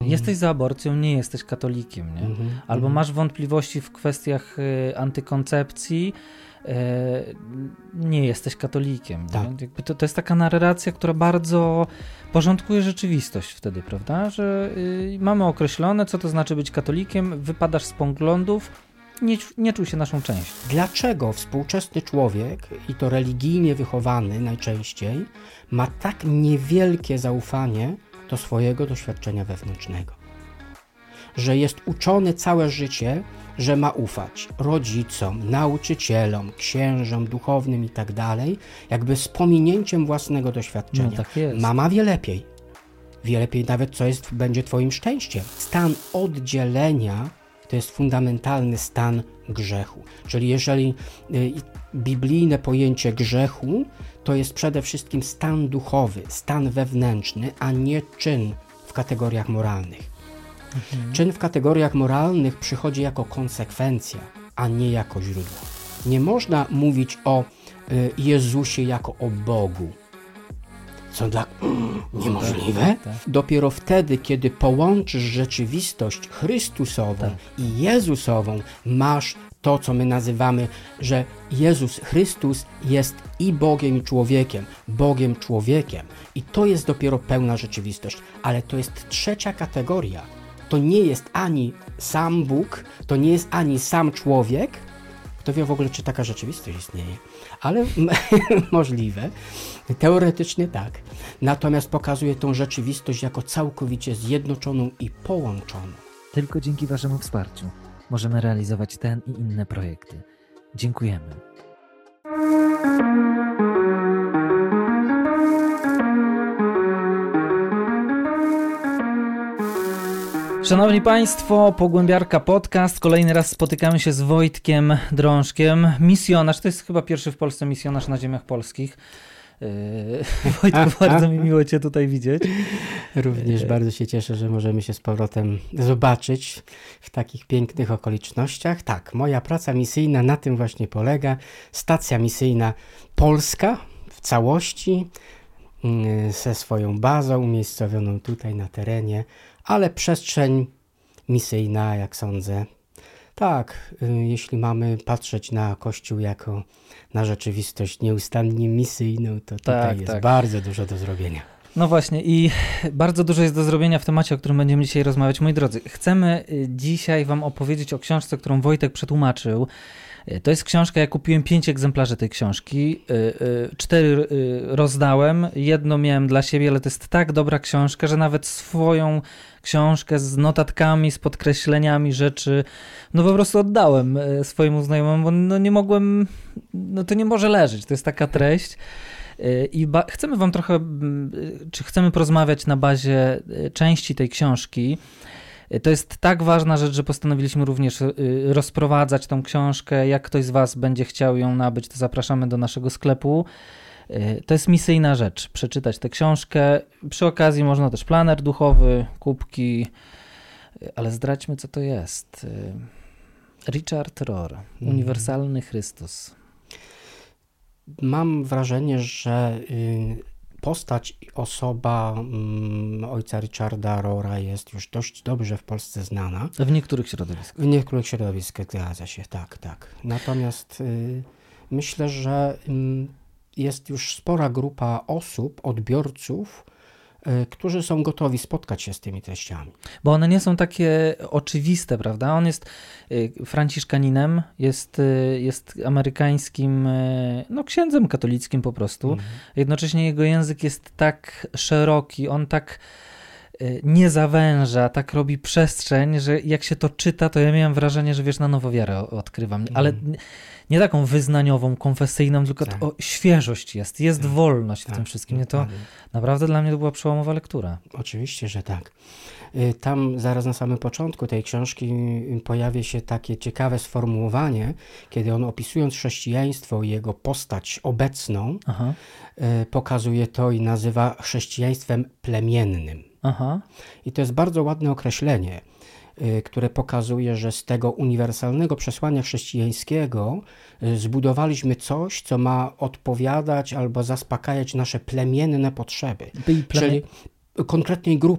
Jesteś za aborcją, nie jesteś katolikiem, nie? Albo masz wątpliwości w kwestiach antykoncepcji, nie jesteś katolikiem. Tak. Nie? Jakby to jest taka narracja, która bardzo porządkuje rzeczywistość wtedy, prawda? Że mamy określone, co to znaczy być katolikiem, wypadasz z poglądów, nie czuj się naszą częścią. Dlaczego współczesny człowiek, i to religijnie wychowany najczęściej, ma tak niewielkie zaufanie do swojego doświadczenia wewnętrznego? Że jest uczony całe życie, że ma ufać rodzicom, nauczycielom, księżom, duchownym i tak dalej, jakby z pominięciem własnego doświadczenia. No tak jest. Mama wie lepiej nawet co będzie twoim szczęściem. Stan oddzielenia to jest fundamentalny stan grzechu. Czyli jeżeli biblijne pojęcie grzechu to jest przede wszystkim stan duchowy, stan wewnętrzny, a nie czyn w kategoriach moralnych. Czyn w kategoriach moralnych przychodzi jako konsekwencja, a nie jako źródło. Nie można mówić o Jezusie jako o Bogu. Co niemożliwe? Tak. Dopiero wtedy, kiedy połączysz rzeczywistość Chrystusową i Jezusową, masz to, co my nazywamy, że Jezus Chrystus jest i Bogiem, i człowiekiem. Bogiem, człowiekiem. I to jest dopiero pełna rzeczywistość. Ale to jest trzecia kategoria. To nie jest ani sam Bóg, to nie jest ani sam człowiek. Kto wie w ogóle, czy taka rzeczywistość istnieje. Ale możliwe. Teoretycznie tak. Natomiast pokazuje tą rzeczywistość jako całkowicie zjednoczoną i połączoną. Tylko dzięki Waszemu wsparciu możemy realizować ten i inne projekty. Dziękujemy. Szanowni Państwo, Pogłębiarka Podcast. Kolejny raz spotykamy się z Wojtkiem Drążkiem. Misjonarz, to jest chyba pierwszy w Polsce misjonarz na ziemiach polskich. Wojtku, bardzo mi miło Cię tutaj widzieć. Również bardzo się cieszę, że możemy się z powrotem zobaczyć w takich pięknych okolicznościach. Tak, moja praca misyjna na tym właśnie polega. Stacja misyjna polska w całości, ze swoją bazą umiejscowioną tutaj na terenie, ale przestrzeń misyjna, jak sądzę. Tak, jeśli mamy patrzeć na Kościół jako na rzeczywistość nieustannie misyjną, to tutaj jest bardzo dużo do zrobienia. No właśnie i bardzo dużo jest do zrobienia w temacie, o którym będziemy dzisiaj rozmawiać. Moi drodzy, chcemy dzisiaj Wam opowiedzieć o książce, którą Wojtek przetłumaczył. To jest książka, ja kupiłem 5 egzemplarzy tej książki, 4 rozdałem, jedno miałem dla siebie, ale to jest tak dobra książka, że nawet swoją książkę z notatkami, z podkreśleniami rzeczy, no po prostu oddałem swojemu znajomemu, bo no nie mogłem, no to nie może leżeć, to jest taka treść. I chcemy Wam trochę, czy chcemy porozmawiać na bazie części tej książki. To jest tak ważna rzecz, że postanowiliśmy również rozprowadzać tą książkę. Jak ktoś z Was będzie chciał ją nabyć, to zapraszamy do naszego sklepu. To jest misyjna rzecz, przeczytać tę książkę. Przy okazji można też planer duchowy, kubki, ale zdradźmy, co to jest. Richard Rohr, Uniwersalny Chrystus. Mam wrażenie, że postać i osoba ojca Richarda Rohra jest już dość dobrze w Polsce znana. W niektórych środowiskach. W niektórych środowiskach, zgadza się, tak. Natomiast myślę, że jest już spora grupa osób, odbiorców, którzy są gotowi spotkać się z tymi treściami. Bo one nie są takie oczywiste, prawda? On jest franciszkaninem, jest amerykańskim księdzem katolickim po prostu. Jednocześnie jego język jest tak szeroki, on tak nie zawęża, tak robi przestrzeń, że jak się to czyta, to ja miałem wrażenie, że na nowo wiarę odkrywam. Ale nie taką wyznaniową, konfesyjną, tylko świeżość jest wolność w tym wszystkim. Nie, to naprawdę dla mnie to była przełomowa lektura. Oczywiście, że tak. Tam zaraz na samym początku tej książki pojawia się takie ciekawe sformułowanie, kiedy on opisując chrześcijaństwo i jego postać obecną, pokazuje to i nazywa chrześcijaństwem plemiennym. I to jest bardzo ładne określenie, które pokazuje, że z tego uniwersalnego przesłania chrześcijańskiego zbudowaliśmy coś, co ma odpowiadać albo zaspokajać nasze plemienne potrzeby, czyli konkretnej grupy.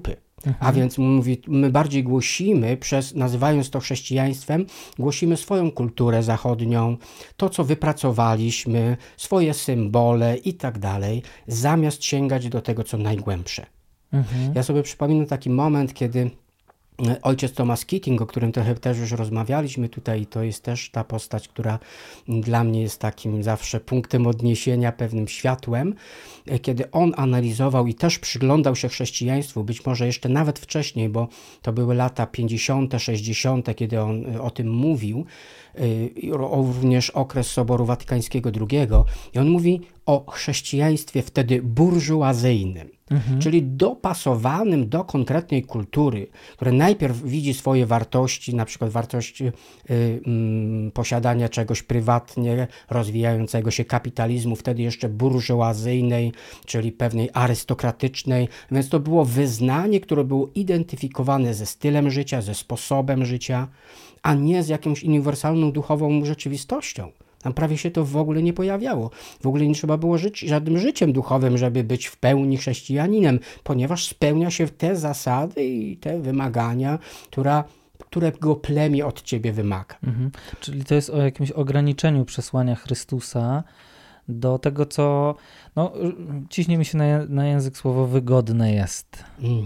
A więc mówi, my bardziej głosimy, nazywając to chrześcijaństwem, głosimy swoją kulturę zachodnią, to co wypracowaliśmy, swoje symbole i tak dalej, zamiast sięgać do tego, co najgłębsze. Ja sobie przypominam taki moment, kiedy ojciec Thomas Keating, o którym trochę też już rozmawialiśmy tutaj, to jest też ta postać, która dla mnie jest takim zawsze punktem odniesienia, pewnym światłem, kiedy on analizował i też przyglądał się chrześcijaństwu, być może jeszcze nawet wcześniej, bo to były lata 50., 60., kiedy on o tym mówił, również okres Soboru Watykańskiego II, i on mówi o chrześcijaństwie wtedy burżuazyjnym, czyli dopasowanym do konkretnej kultury, które najpierw widzi swoje wartości, na przykład wartość posiadania czegoś prywatnie, rozwijającego się kapitalizmu, wtedy jeszcze burżuazyjnej, czyli pewnej arystokratycznej, więc to było wyznanie, które było identyfikowane ze stylem życia, ze sposobem życia, a nie z jakąś uniwersalną duchową rzeczywistością. Tam prawie się to w ogóle nie pojawiało. W ogóle nie trzeba było żyć żadnym życiem duchowym, żeby być w pełni chrześcijaninem, ponieważ spełnia się te zasady i te wymagania, którego plemię od ciebie wymaga. Czyli to jest o jakimś ograniczeniu przesłania Chrystusa do tego, co ciśnie mi się na język słowo wygodne jest.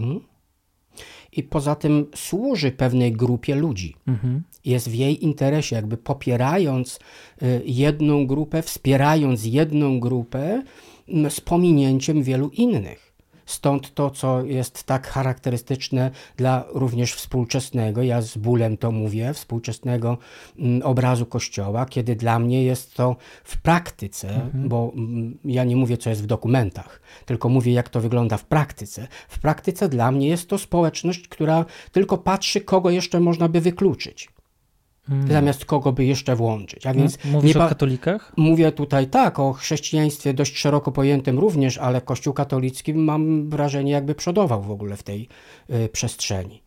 I poza tym służy pewnej grupie ludzi. Jest w jej interesie, jakby popierając jedną grupę, wspierając jedną grupę z pominięciem wielu innych. Stąd to, co jest tak charakterystyczne dla również współczesnego, ja z bólem to mówię, współczesnego obrazu Kościoła, kiedy dla mnie jest to w praktyce, bo ja nie mówię, co jest w dokumentach, tylko mówię, jak to wygląda w praktyce. W praktyce dla mnie jest to społeczność, która tylko patrzy, kogo jeszcze można by wykluczyć. Zamiast kogo by jeszcze włączyć. A więc mówisz o katolikach? Mówię tutaj tak, o chrześcijaństwie dość szeroko pojętym również, ale Kościół katolicki, mam wrażenie, jakby przodował w ogóle w tej przestrzeni.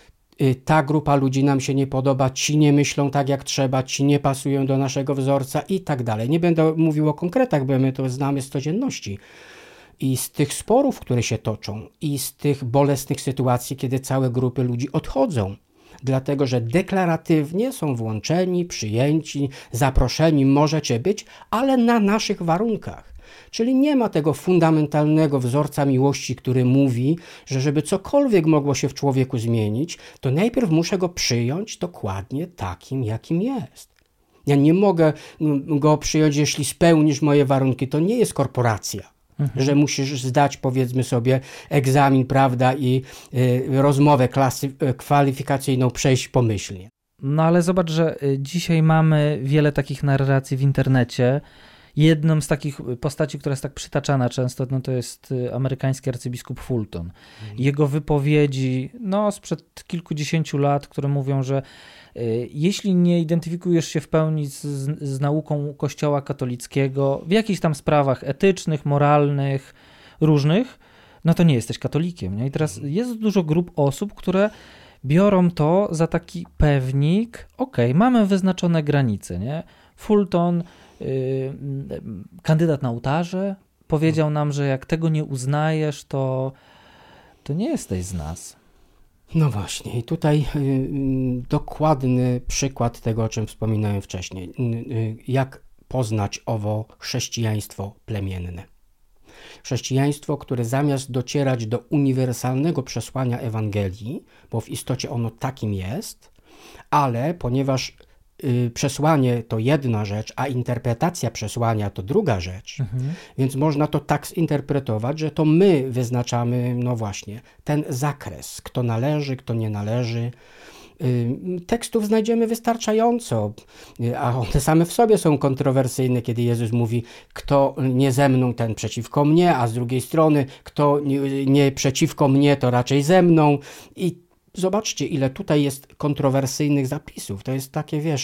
Ta grupa ludzi nam się nie podoba, ci nie myślą tak jak trzeba, ci nie pasują do naszego wzorca i tak dalej. Nie będę mówił o konkretach, bo my to znamy z codzienności. I z tych sporów, które się toczą, i z tych bolesnych sytuacji, kiedy całe grupy ludzi odchodzą, dlatego że deklaratywnie są włączeni, przyjęci, zaproszeni, możecie być, ale na naszych warunkach. Czyli nie ma tego fundamentalnego wzorca miłości, który mówi, że żeby cokolwiek mogło się w człowieku zmienić, to najpierw muszę go przyjąć dokładnie takim, jakim jest. Ja nie mogę go przyjąć, jeśli spełnisz moje warunki. To nie jest korporacja. Że musisz zdać, powiedzmy sobie, egzamin, prawda, i rozmowę kwalifikacyjną przejść pomyślnie. No ale zobacz, że dzisiaj mamy wiele takich narracji w internecie. Jedną z takich postaci, która jest tak przytaczana często, to jest amerykański arcybiskup Fulton. Jego wypowiedzi sprzed kilkudziesięciu lat, które mówią, że jeśli nie identyfikujesz się w pełni z nauką Kościoła katolickiego w jakichś tam sprawach etycznych, moralnych, różnych, to nie jesteś katolikiem. Nie? I teraz jest dużo grup osób, które biorą to za taki pewnik, mamy wyznaczone granice. Nie? Fulton, kandydat na ołtarze, powiedział nam, że jak tego nie uznajesz, to nie jesteś z nas. No właśnie, i tutaj dokładny przykład tego, o czym wspominałem wcześniej. Jak poznać owo chrześcijaństwo plemienne? Chrześcijaństwo, które zamiast docierać do uniwersalnego przesłania Ewangelii, bo w istocie ono takim jest, ale ponieważ przesłanie to jedna rzecz, a interpretacja przesłania to druga rzecz, więc można to tak zinterpretować, że to my wyznaczamy, właśnie, ten zakres, kto należy, kto nie należy. Tekstów znajdziemy wystarczająco, a one same w sobie są kontrowersyjne, kiedy Jezus mówi, kto nie ze mną, ten przeciwko mnie, a z drugiej strony, kto nie przeciwko mnie, to raczej ze mną. I zobaczcie, ile tutaj jest kontrowersyjnych zapisów. To jest takie,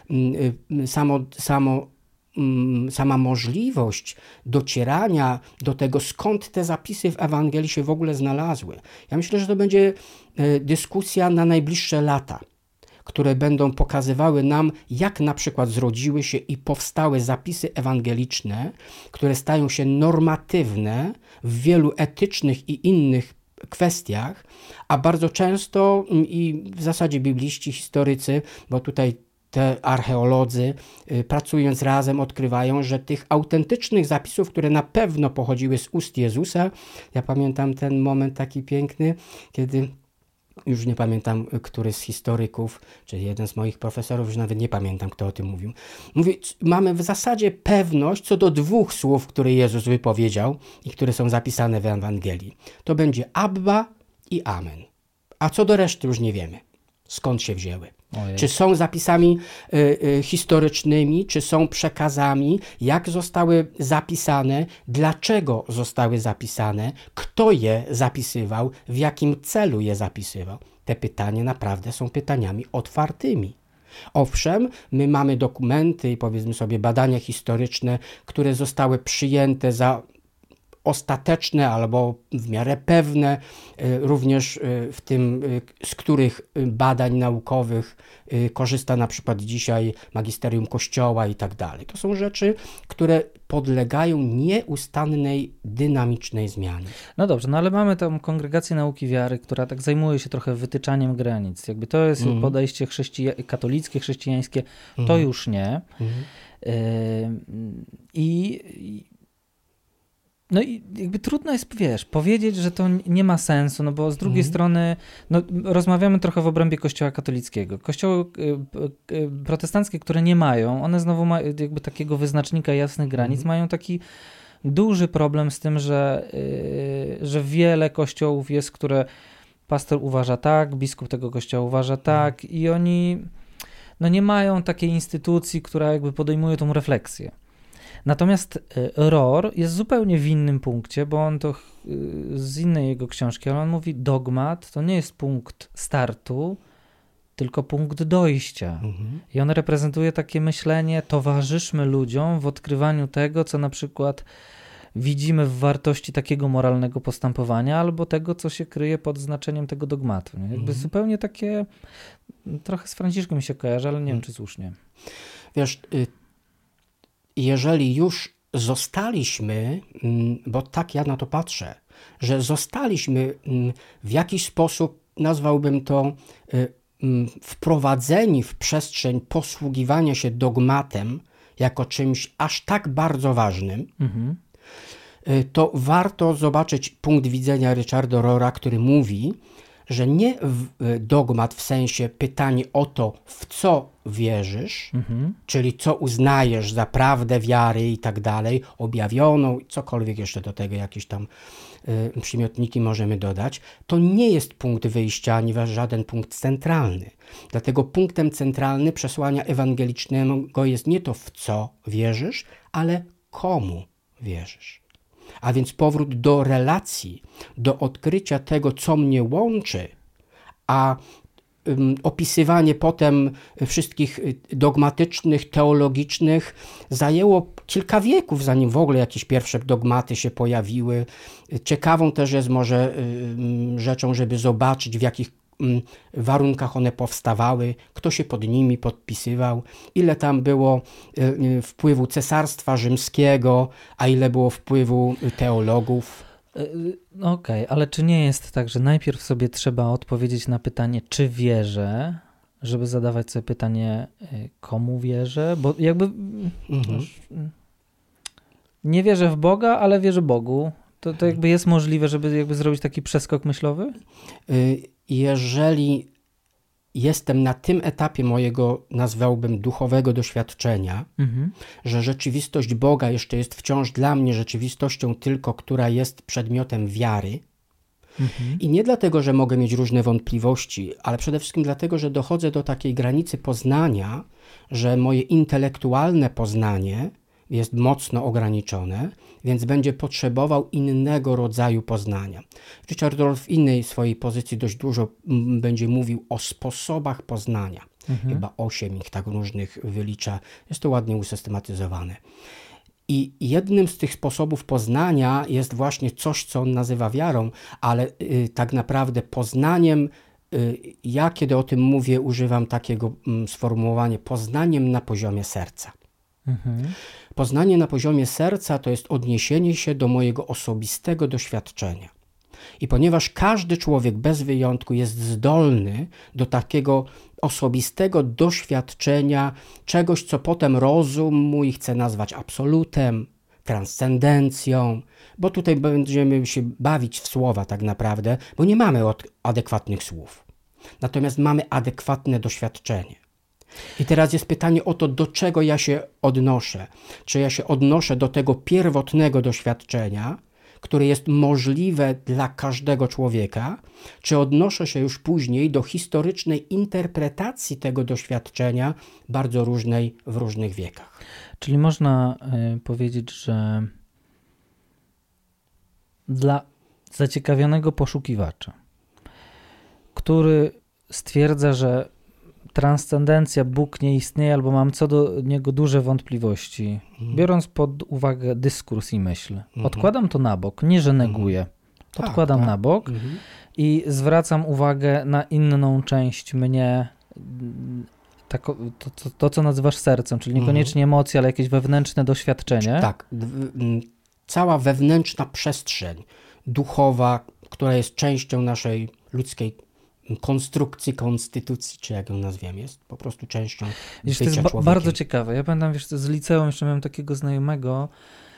sama możliwość docierania do tego, skąd te zapisy w Ewangelii się w ogóle znalazły. Ja myślę, że to będzie dyskusja na najbliższe lata, które będą pokazywały nam, jak na przykład zrodziły się i powstały zapisy ewangeliczne, które stają się normatywne w wielu etycznych i innych kwestiach, a bardzo często i w zasadzie bibliści, historycy, bo tutaj te archeolodzy, pracując razem, odkrywają, że tych autentycznych zapisów, które na pewno pochodziły z ust Jezusa, ja pamiętam ten moment taki piękny, kiedy już nie pamiętam, który z historyków, czy jeden z moich profesorów, już nawet nie pamiętam, kto o tym mówił. Mówi, mamy w zasadzie pewność co do 2 słów, które Jezus wypowiedział i które są zapisane w Ewangelii. To będzie Abba i Amen. A co do reszty już nie wiemy, skąd się wzięły. Ojej. Czy są zapisami historycznymi, czy są przekazami, jak zostały zapisane, dlaczego zostały zapisane, kto je zapisywał, w jakim celu je zapisywał. Te pytania naprawdę są pytaniami otwartymi. Owszem, my mamy dokumenty i powiedzmy sobie badania historyczne, które zostały przyjęte za ostateczne albo w miarę pewne, również w tym, z których badań naukowych korzysta na przykład dzisiaj magisterium Kościoła i tak dalej. To są rzeczy, które podlegają nieustannej, dynamicznej zmianie. No dobrze, no ale mamy tą Kongregację Nauki Wiary, która tak zajmuje się trochę wytyczaniem granic. Jakby to jest podejście katolickie, chrześcijańskie, to już nie. No i jakby trudno jest, powiedzieć, że to nie ma sensu, no bo z drugiej strony no, rozmawiamy trochę w obrębie Kościoła katolickiego. Kościoły protestanckie, które nie mają, one znowu mają jakby takiego wyznacznika jasnych granic, mają taki duży problem z tym, że wiele kościołów jest, które pastor uważa tak, biskup tego kościoła uważa tak i oni no, nie mają takiej instytucji, która jakby podejmuje tą refleksję. Natomiast Rohr jest zupełnie w innym punkcie, bo on to z innej jego książki, ale on mówi, dogmat to nie jest punkt startu, tylko punkt dojścia. I on reprezentuje takie myślenie, towarzyszmy ludziom w odkrywaniu tego, co na przykład widzimy w wartości takiego moralnego postępowania, albo tego, co się kryje pod znaczeniem tego dogmatu. Nie? Jakby zupełnie takie, trochę z Franciszkiem się kojarzy, ale nie wiem, czy słusznie. Wiesz, jeżeli już zostaliśmy, bo tak ja na to patrzę, że zostaliśmy w jakiś sposób, nazwałbym to, wprowadzeni w przestrzeń posługiwania się dogmatem jako czymś aż tak bardzo ważnym, to warto zobaczyć punkt widzenia Richarda Rohra, który mówi, że nie dogmat w sensie pytanie o to, w co wierzysz, czyli co uznajesz za prawdę wiary i tak dalej, objawioną, cokolwiek jeszcze do tego, jakieś tam przymiotniki możemy dodać, to nie jest punkt wyjścia, ani żaden punkt centralny. Dlatego punktem centralnym przesłania ewangelicznego jest nie to, w co wierzysz, ale komu wierzysz. A więc powrót do relacji, do odkrycia tego, co mnie łączy, a opisywanie potem wszystkich dogmatycznych, teologicznych zajęło kilka wieków, zanim w ogóle jakieś pierwsze dogmaty się pojawiły. Ciekawą też jest może rzeczą, żeby zobaczyć, w jakich warunkach one powstawały, kto się pod nimi podpisywał, ile tam było wpływu Cesarstwa Rzymskiego, a ile było wpływu teologów. Okej, ale czy nie jest tak, że najpierw sobie trzeba odpowiedzieć na pytanie, czy wierzę, żeby zadawać sobie pytanie, komu wierzę? Bo jakby nie wierzę w Boga, ale wierzę Bogu. To jakby jest możliwe, żeby jakby zrobić taki przeskok myślowy? Jeżeli jestem na tym etapie mojego, nazwałbym, duchowego doświadczenia, że rzeczywistość Boga jeszcze jest wciąż dla mnie rzeczywistością tylko, która jest przedmiotem wiary, i nie dlatego, że mogę mieć różne wątpliwości, ale przede wszystkim dlatego, że dochodzę do takiej granicy poznania, że moje intelektualne poznanie jest mocno ograniczone, więc będzie potrzebował innego rodzaju poznania. Richard Rohr w innej swojej pozycji dość dużo będzie mówił o sposobach poznania. Chyba 8 ich tak różnych wylicza. Jest to ładnie usystematyzowane. I jednym z tych sposobów poznania jest właśnie coś, co on nazywa wiarą, ale tak naprawdę poznaniem, ja kiedy o tym mówię, używam takiego sformułowania, poznaniem na poziomie serca. Poznanie na poziomie serca to jest odniesienie się do mojego osobistego doświadczenia. I ponieważ każdy człowiek bez wyjątku jest zdolny do takiego osobistego doświadczenia czegoś, co potem rozum mój chce nazwać absolutem, transcendencją, bo tutaj będziemy się bawić w słowa tak naprawdę, bo nie mamy adekwatnych słów. Natomiast mamy adekwatne doświadczenie. I teraz jest pytanie o to, do czego ja się odnoszę. Czy ja się odnoszę do tego pierwotnego doświadczenia, które jest możliwe dla każdego człowieka, czy odnoszę się już później do historycznej interpretacji tego doświadczenia, bardzo różnej w różnych wiekach. Czyli można powiedzieć, że dla zaciekawionego poszukiwacza, który stwierdza, że transcendencja, Bóg nie istnieje, albo mam co do niego duże wątpliwości, biorąc pod uwagę dyskurs i myśl, odkładam to na bok, nie że neguję, odkładam na bok i zwracam uwagę na inną część mnie, to co nazywasz sercem, czyli niekoniecznie emocje, ale jakieś wewnętrzne doświadczenie. Tak, cała wewnętrzna przestrzeń duchowa, która jest częścią naszej ludzkiej konstrukcji, konstytucji, czy jak ją nazwiemy, jest po prostu częścią bycia to jest człowiekiem. bardzo ciekawe. Ja pamiętam, z liceum jeszcze miałem takiego znajomego,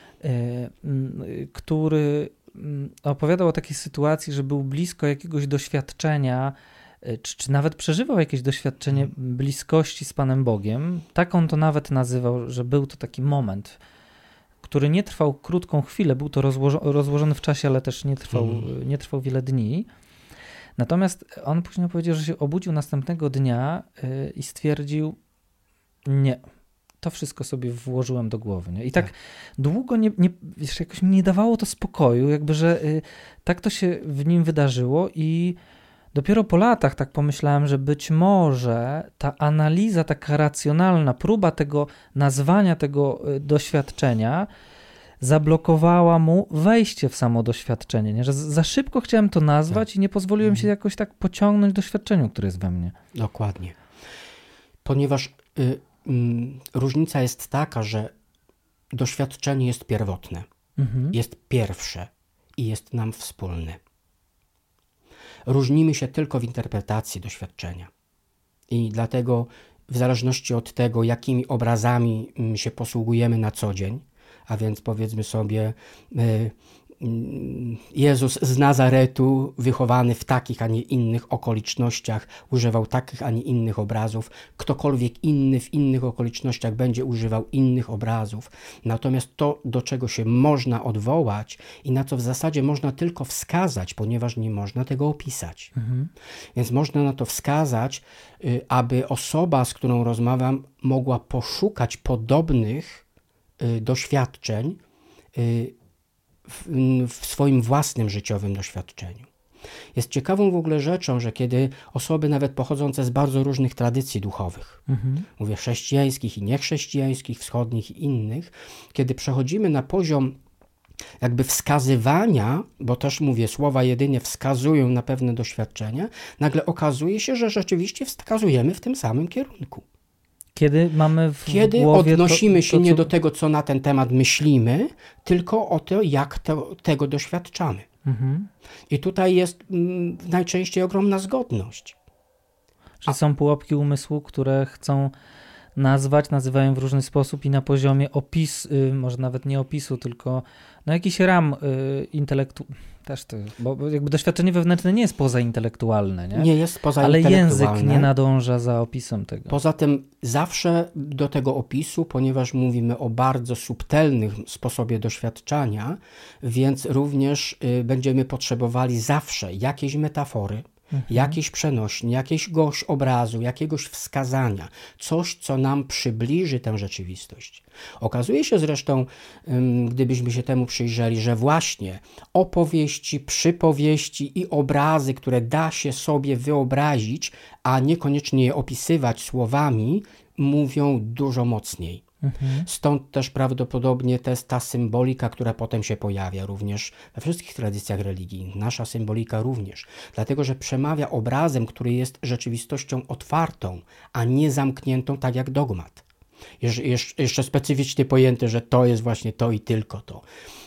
który opowiadał o takiej sytuacji, że był blisko jakiegoś doświadczenia, czy nawet przeżywał jakieś doświadczenie bliskości z Panem Bogiem. Tak on to nawet nazywał, że był to taki moment, który nie trwał krótką chwilę, był to rozłożony w czasie, ale też nie trwał wiele dni. Natomiast on później powiedział, że się obudził następnego dnia i stwierdził, nie, to wszystko sobie włożyłem do głowy. Nie? I tak długo jakoś mi nie dawało to spokoju, jakby, że tak to się w nim wydarzyło i dopiero po latach tak pomyślałem, że być może ta analiza taka racjonalna, próba tego nazwania tego doświadczenia zablokowała mu wejście w samo doświadczenie, nie? Że za szybko chciałem to nazwać i nie pozwoliłem się jakoś tak pociągnąć doświadczeniu, które jest we mnie. Dokładnie. Ponieważ różnica jest taka, że doświadczenie jest pierwotne, jest pierwsze i jest nam wspólne. Różnimy się tylko w interpretacji doświadczenia. I dlatego w zależności od tego, jakimi obrazami się posługujemy na co dzień, a więc powiedzmy sobie Jezus z Nazaretu, wychowany w takich, a nie innych okolicznościach, używał takich, a nie innych obrazów. Ktokolwiek inny w innych okolicznościach będzie używał innych obrazów. Natomiast to, do czego się można odwołać i na co w zasadzie można tylko wskazać, ponieważ nie można tego opisać. Więc można na to wskazać, aby osoba, z którą rozmawiam, mogła poszukać podobnych doświadczeń w swoim własnym życiowym doświadczeniu. Jest ciekawą w ogóle rzeczą, że kiedy osoby nawet pochodzące z bardzo różnych tradycji duchowych, mówię chrześcijańskich i niechrześcijańskich, wschodnich i innych, kiedy przechodzimy na poziom jakby wskazywania, bo też mówię, słowa jedynie wskazują na pewne doświadczenia, nagle okazuje się, że rzeczywiście wskazujemy w tym samym kierunku. Kiedy mamy w Kiedy głowie odnosimy się nie do tego, co na ten temat myślimy, tylko o to, jak tego doświadczamy. I tutaj jest najczęściej ogromna zgodność. Że są pułapki umysłu, które chcą nazywają w różny sposób i na poziomie może nawet nie opisu, tylko jakiś ram intelektu. Też to, bo jakby doświadczenie wewnętrzne nie jest pozaintelektualne, nie? Nie jest pozaintelektualne. Ale język nie nadąża za opisem tego. Poza tym zawsze do tego opisu, ponieważ mówimy o bardzo subtelnym sposobie doświadczania, więc również będziemy potrzebowali zawsze jakiejś metafory, jakiejś przenośni, jakiegoś obrazu, jakiegoś wskazania, coś, co nam przybliży tę rzeczywistość. Okazuje się zresztą, gdybyśmy się temu przyjrzeli, że właśnie opowieści, przypowieści i obrazy, które da się sobie wyobrazić, a niekoniecznie je opisywać słowami, mówią dużo mocniej. Stąd też prawdopodobnie ta symbolika, która potem się pojawia również we wszystkich tradycjach religijnych, nasza symbolika również, dlatego że przemawia obrazem, który jest rzeczywistością otwartą, a nie zamkniętą tak jak dogmat. Jeszcze specyficznie pojęte, że to jest właśnie to i tylko to.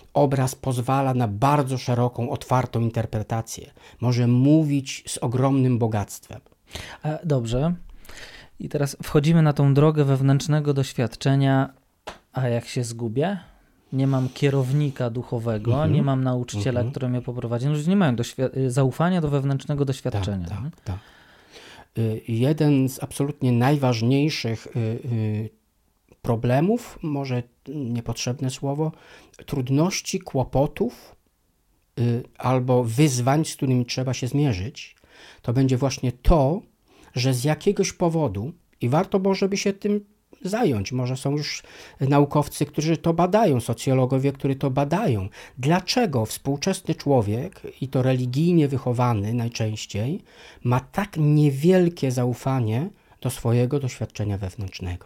obraz pozwala na bardzo szeroką, otwartą interpretację. Może mówić z ogromnym bogactwem. Dobrze. I teraz wchodzimy na tą drogę wewnętrznego doświadczenia, a jak się zgubię? Nie mam kierownika duchowego, nie mam nauczyciela, który mnie poprowadzi. Ludzie nie mają zaufania do wewnętrznego doświadczenia. Tak. Jeden z absolutnie najważniejszych problemów, może niepotrzebne słowo, trudności, kłopotów albo wyzwań, z którymi trzeba się zmierzyć, to będzie właśnie to, że z jakiegoś powodu, i warto może by się tym zająć, może są już naukowcy, którzy to badają, socjologowie, którzy to badają, dlaczego współczesny człowiek, i to religijnie wychowany najczęściej, ma tak niewielkie zaufanie do swojego doświadczenia wewnętrznego.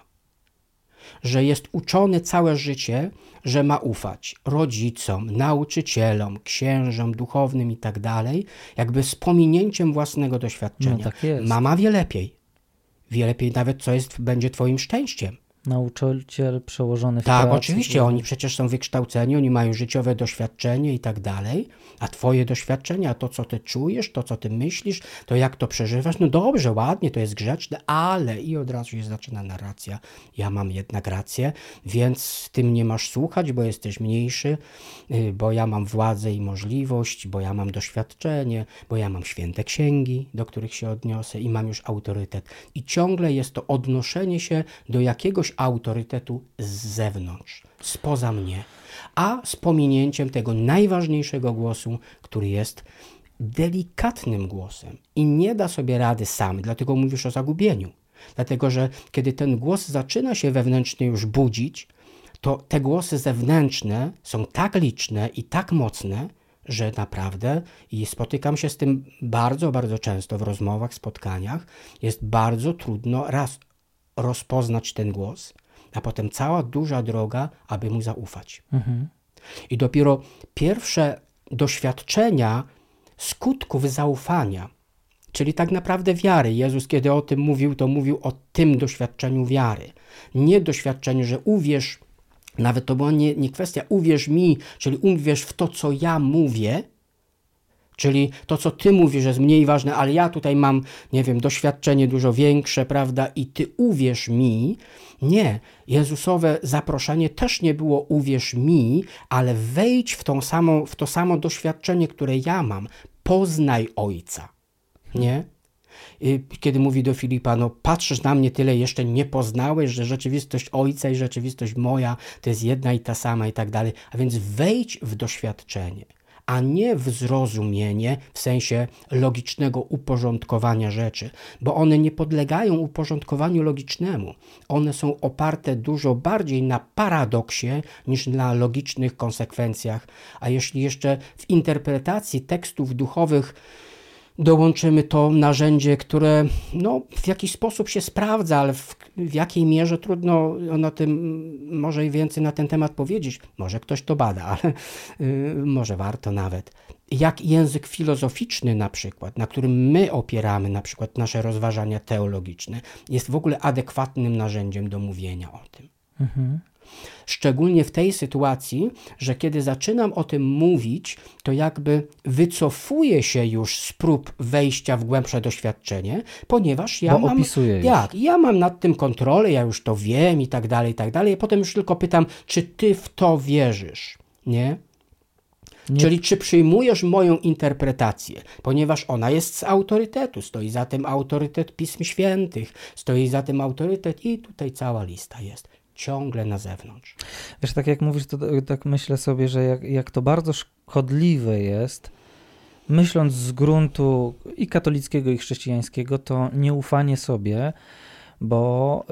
Że jest uczony całe życie, że ma ufać rodzicom, nauczycielom, księżom, duchownym i tak dalej, jakby z pominięciem własnego doświadczenia. No tak jest. Mama wie lepiej nawet, co będzie twoim szczęściem. Nauczyciel przełożony w Tak, pracy. oczywiście, oni przecież są wykształceni, oni mają życiowe doświadczenie i tak dalej, a twoje doświadczenie, a to, co ty czujesz, to, co ty myślisz, to jak to przeżywasz, no dobrze, ładnie, to jest grzeczne, ale i od razu się zaczyna narracja. Ja mam jednak rację, więc ty mnie masz słuchać, bo jesteś mniejszy, bo ja mam władzę i możliwość, bo ja mam doświadczenie, bo ja mam święte księgi, do których się odniosę i mam już autorytet. I ciągle jest to odnoszenie się do jakiegoś autorytetu z zewnątrz, spoza mnie, a z pominięciem tego najważniejszego głosu, który jest delikatnym głosem i nie da sobie rady sam, dlatego mówisz o zagubieniu. Dlatego, że kiedy ten głos zaczyna się wewnętrznie już budzić, to te głosy zewnętrzne są tak liczne i tak mocne, że naprawdę, i spotykam się z tym bardzo, bardzo często w rozmowach, spotkaniach, jest bardzo trudno rozpoznać ten głos, a potem cała duża droga, aby mu zaufać. I dopiero pierwsze doświadczenia skutków zaufania, czyli tak naprawdę wiary. Jezus, kiedy o tym mówił, to mówił o tym doświadczeniu wiary. Nie doświadczeniu, że uwierz, nawet to była nie kwestia uwierz mi, czyli uwierz w to, co ja mówię, czyli to, co ty mówisz, jest mniej ważne, ale ja tutaj mam, nie wiem, doświadczenie dużo większe, prawda, i ty uwierz mi. Nie, Jezusowe zaproszenie też nie było uwierz mi, ale wejdź w to samo doświadczenie, które ja mam. Poznaj Ojca. Nie? Kiedy mówi do Filipa, no patrzysz na mnie, tyle jeszcze nie poznałeś, że rzeczywistość Ojca i rzeczywistość moja to jest jedna i ta sama i tak dalej. A więc wejdź w doświadczenie, a nie w zrozumienie w sensie logicznego uporządkowania rzeczy, bo one nie podlegają uporządkowaniu logicznemu. One są oparte dużo bardziej na paradoksie niż na logicznych konsekwencjach. A jeśli jeszcze w interpretacji tekstów duchowych dołączymy to narzędzie, które w jakiś sposób się sprawdza, ale w jakiej mierze trudno na tym, może i więcej na ten temat powiedzieć. Może ktoś to bada, ale może warto nawet. Jak język filozoficzny na przykład, na którym my opieramy na przykład nasze rozważania teologiczne, jest w ogóle adekwatnym narzędziem do mówienia o tym. Szczególnie w tej sytuacji, że kiedy zaczynam o tym mówić, to jakby wycofuję się już z prób wejścia w głębsze doświadczenie, ponieważ ja mam nad tym kontrolę, ja już to wiem i tak dalej, i potem już tylko pytam, czy ty w to wierzysz, nie? Czyli czy przyjmujesz moją interpretację, ponieważ ona jest z autorytetu, stoi za tym autorytet Pism Świętych, stoi za tym autorytet i tutaj cała lista jest. Ciągle na zewnątrz. Wiesz, tak jak mówisz, to tak myślę sobie, że jak to bardzo szkodliwe jest, myśląc z gruntu i katolickiego, i chrześcijańskiego, to nieufanie sobie, bo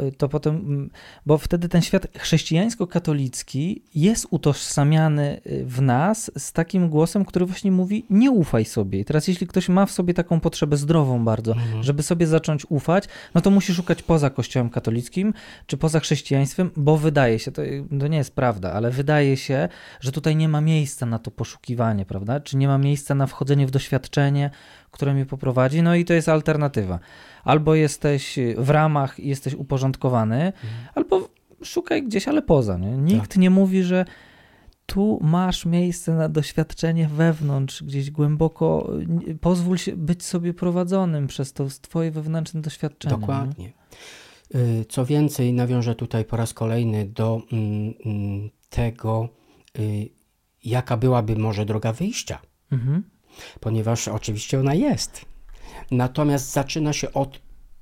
wtedy ten świat chrześcijańsko-katolicki jest utożsamiany w nas z takim głosem, który właśnie mówi nie ufaj sobie. I teraz jeśli ktoś ma w sobie taką potrzebę zdrową bardzo, żeby sobie zacząć ufać, no to musi szukać poza Kościołem katolickim, czy poza chrześcijaństwem, bo wydaje się, to nie jest prawda, ale wydaje się, że tutaj nie ma miejsca na to poszukiwanie, prawda? Czy nie ma miejsca na wchodzenie w doświadczenie, które mnie poprowadzi, no i to jest alternatywa. Albo jesteś w ramach i jesteś uporządkowany, albo szukaj gdzieś, ale poza. Nie? Nikt nie mówi, że tu masz miejsce na doświadczenie wewnątrz, gdzieś głęboko. Pozwól się być sobie prowadzonym przez to twoje wewnętrzne doświadczenie. Dokładnie. Nie? Co więcej, nawiążę tutaj po raz kolejny do tego, jaka byłaby może droga wyjścia. Ponieważ oczywiście ona jest. Natomiast zaczyna się od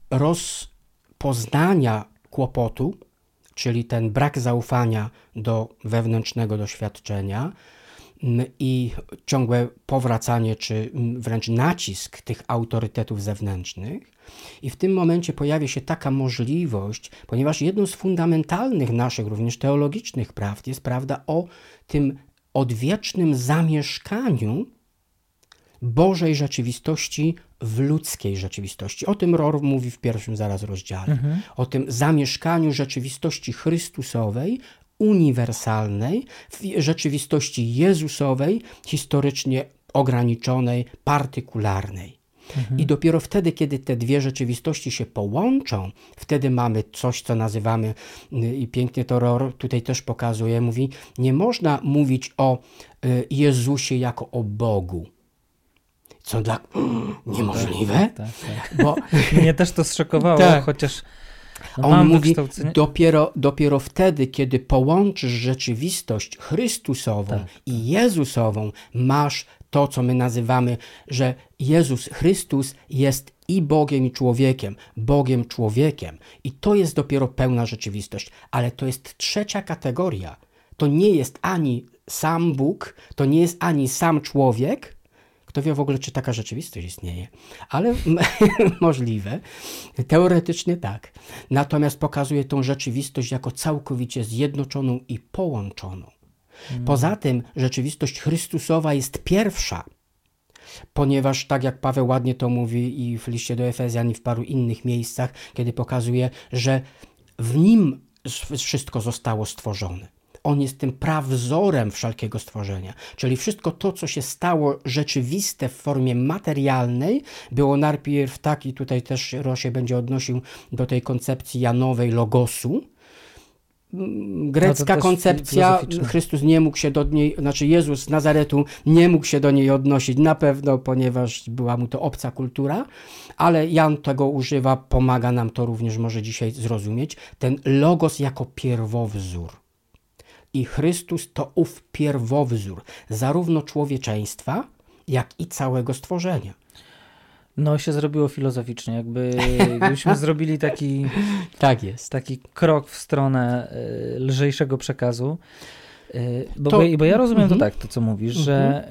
rozpoznania kłopotu, czyli ten brak zaufania do wewnętrznego doświadczenia i ciągłe powracanie, czy wręcz nacisk tych autorytetów zewnętrznych. I w tym momencie pojawia się taka możliwość, ponieważ jedną z fundamentalnych naszych, również teologicznych prawd jest prawda o tym odwiecznym zamieszkaniu Bożej rzeczywistości w ludzkiej rzeczywistości. O tym Rohr mówi w pierwszym zaraz rozdziale. O tym zamieszkaniu rzeczywistości chrystusowej, uniwersalnej, w rzeczywistości jezusowej, historycznie ograniczonej, partykularnej. I dopiero wtedy, kiedy te dwie rzeczywistości się połączą, wtedy mamy coś, co nazywamy, i pięknie to Rohr tutaj też pokazuje, mówi, nie można mówić o Jezusie jako o Bogu. Co dla... niemożliwe? Tak. Bo... Mnie też to zszokowało, tak. Chociaż on mówi, dopiero wtedy, kiedy połączysz rzeczywistość Chrystusową i Jezusową, masz to, co my nazywamy, że Jezus Chrystus jest i Bogiem, i człowiekiem. Bogiem, człowiekiem. I to jest dopiero pełna rzeczywistość. Ale to jest trzecia kategoria. To nie jest ani sam Bóg, to nie jest ani sam człowiek. Kto wie w ogóle, czy taka rzeczywistość istnieje. Ale możliwe. Teoretycznie tak. Natomiast pokazuje tą rzeczywistość jako całkowicie zjednoczoną i połączoną. Poza tym rzeczywistość Chrystusowa jest pierwsza, ponieważ tak jak Paweł ładnie to mówi i w liście do Efezjan i w paru innych miejscach, kiedy pokazuje, że w Nim wszystko zostało stworzone. On jest tym prawzorem wszelkiego stworzenia. Czyli wszystko to, co się stało rzeczywiste w formie materialnej, było najpierw tak, i tutaj też Rohr się będzie odnosił do tej koncepcji Janowej logosu. Grecka koncepcja, Chrystus nie mógł się do niej, znaczy Jezus z Nazaretu nie mógł się do niej odnosić na pewno, ponieważ była mu to obca kultura, ale Jan tego używa, pomaga nam to również może dzisiaj zrozumieć, ten logos jako pierwowzór. I Chrystus to ów pierwowzór zarówno człowieczeństwa, jak i całego stworzenia. No się zrobiło filozoficznie, gdybyśmy zrobili taki, tak jest. taki krok w stronę lżejszego przekazu. Bo ja rozumiem to tak, to co mówisz, że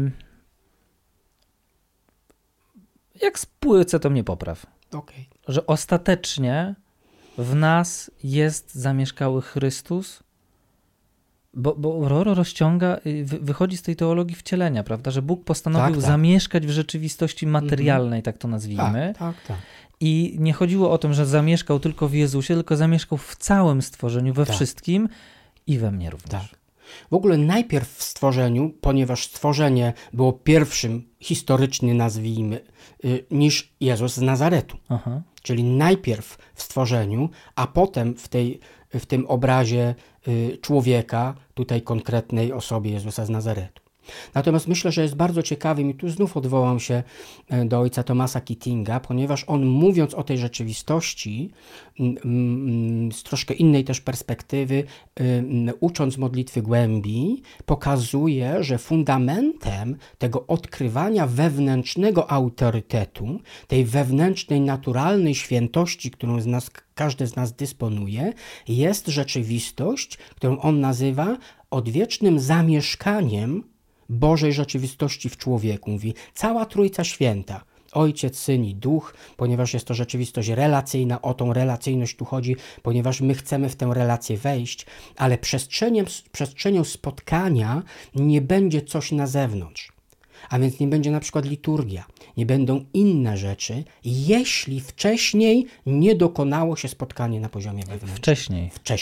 jak spłycę, to mnie popraw. Okay. Że ostatecznie w nas jest zamieszkały Chrystus, bo Rohr rozciąga, wychodzi z tej teologii wcielenia, prawda, że Bóg postanowił zamieszkać w rzeczywistości materialnej, tak to nazwijmy. Tak. I nie chodziło o to, że zamieszkał tylko w Jezusie, tylko zamieszkał w całym stworzeniu, we wszystkim i we mnie również. Tak. W ogóle najpierw w stworzeniu, ponieważ stworzenie było pierwszym, historycznie nazwijmy, niż Jezus z Nazaretu. Aha. Czyli najpierw w stworzeniu, a potem w tym obrazie człowieka, tutaj konkretnej osobie Jezusa z Nazaretu. Natomiast myślę, że jest bardzo ciekawym, i tu znów odwołam się do ojca Thomasa Keatinga, ponieważ on, mówiąc o tej rzeczywistości z troszkę innej też perspektywy, ucząc modlitwy głębi, pokazuje, że fundamentem tego odkrywania wewnętrznego autorytetu, tej wewnętrznej, naturalnej świętości, którą każdy z nas dysponuje, jest rzeczywistość, którą on nazywa odwiecznym zamieszkaniem Bożej rzeczywistości w człowieku. Mówi, cała Trójca Święta, Ojciec, Syn i Duch, ponieważ jest to rzeczywistość relacyjna, o tą relacyjność tu chodzi, ponieważ my chcemy w tę relację wejść, ale przestrzenią spotkania nie będzie coś na zewnątrz. A więc nie będzie na przykład liturgia, nie będą inne rzeczy, jeśli wcześniej nie dokonało się spotkanie na poziomie wewnętrznym. Wcześniej.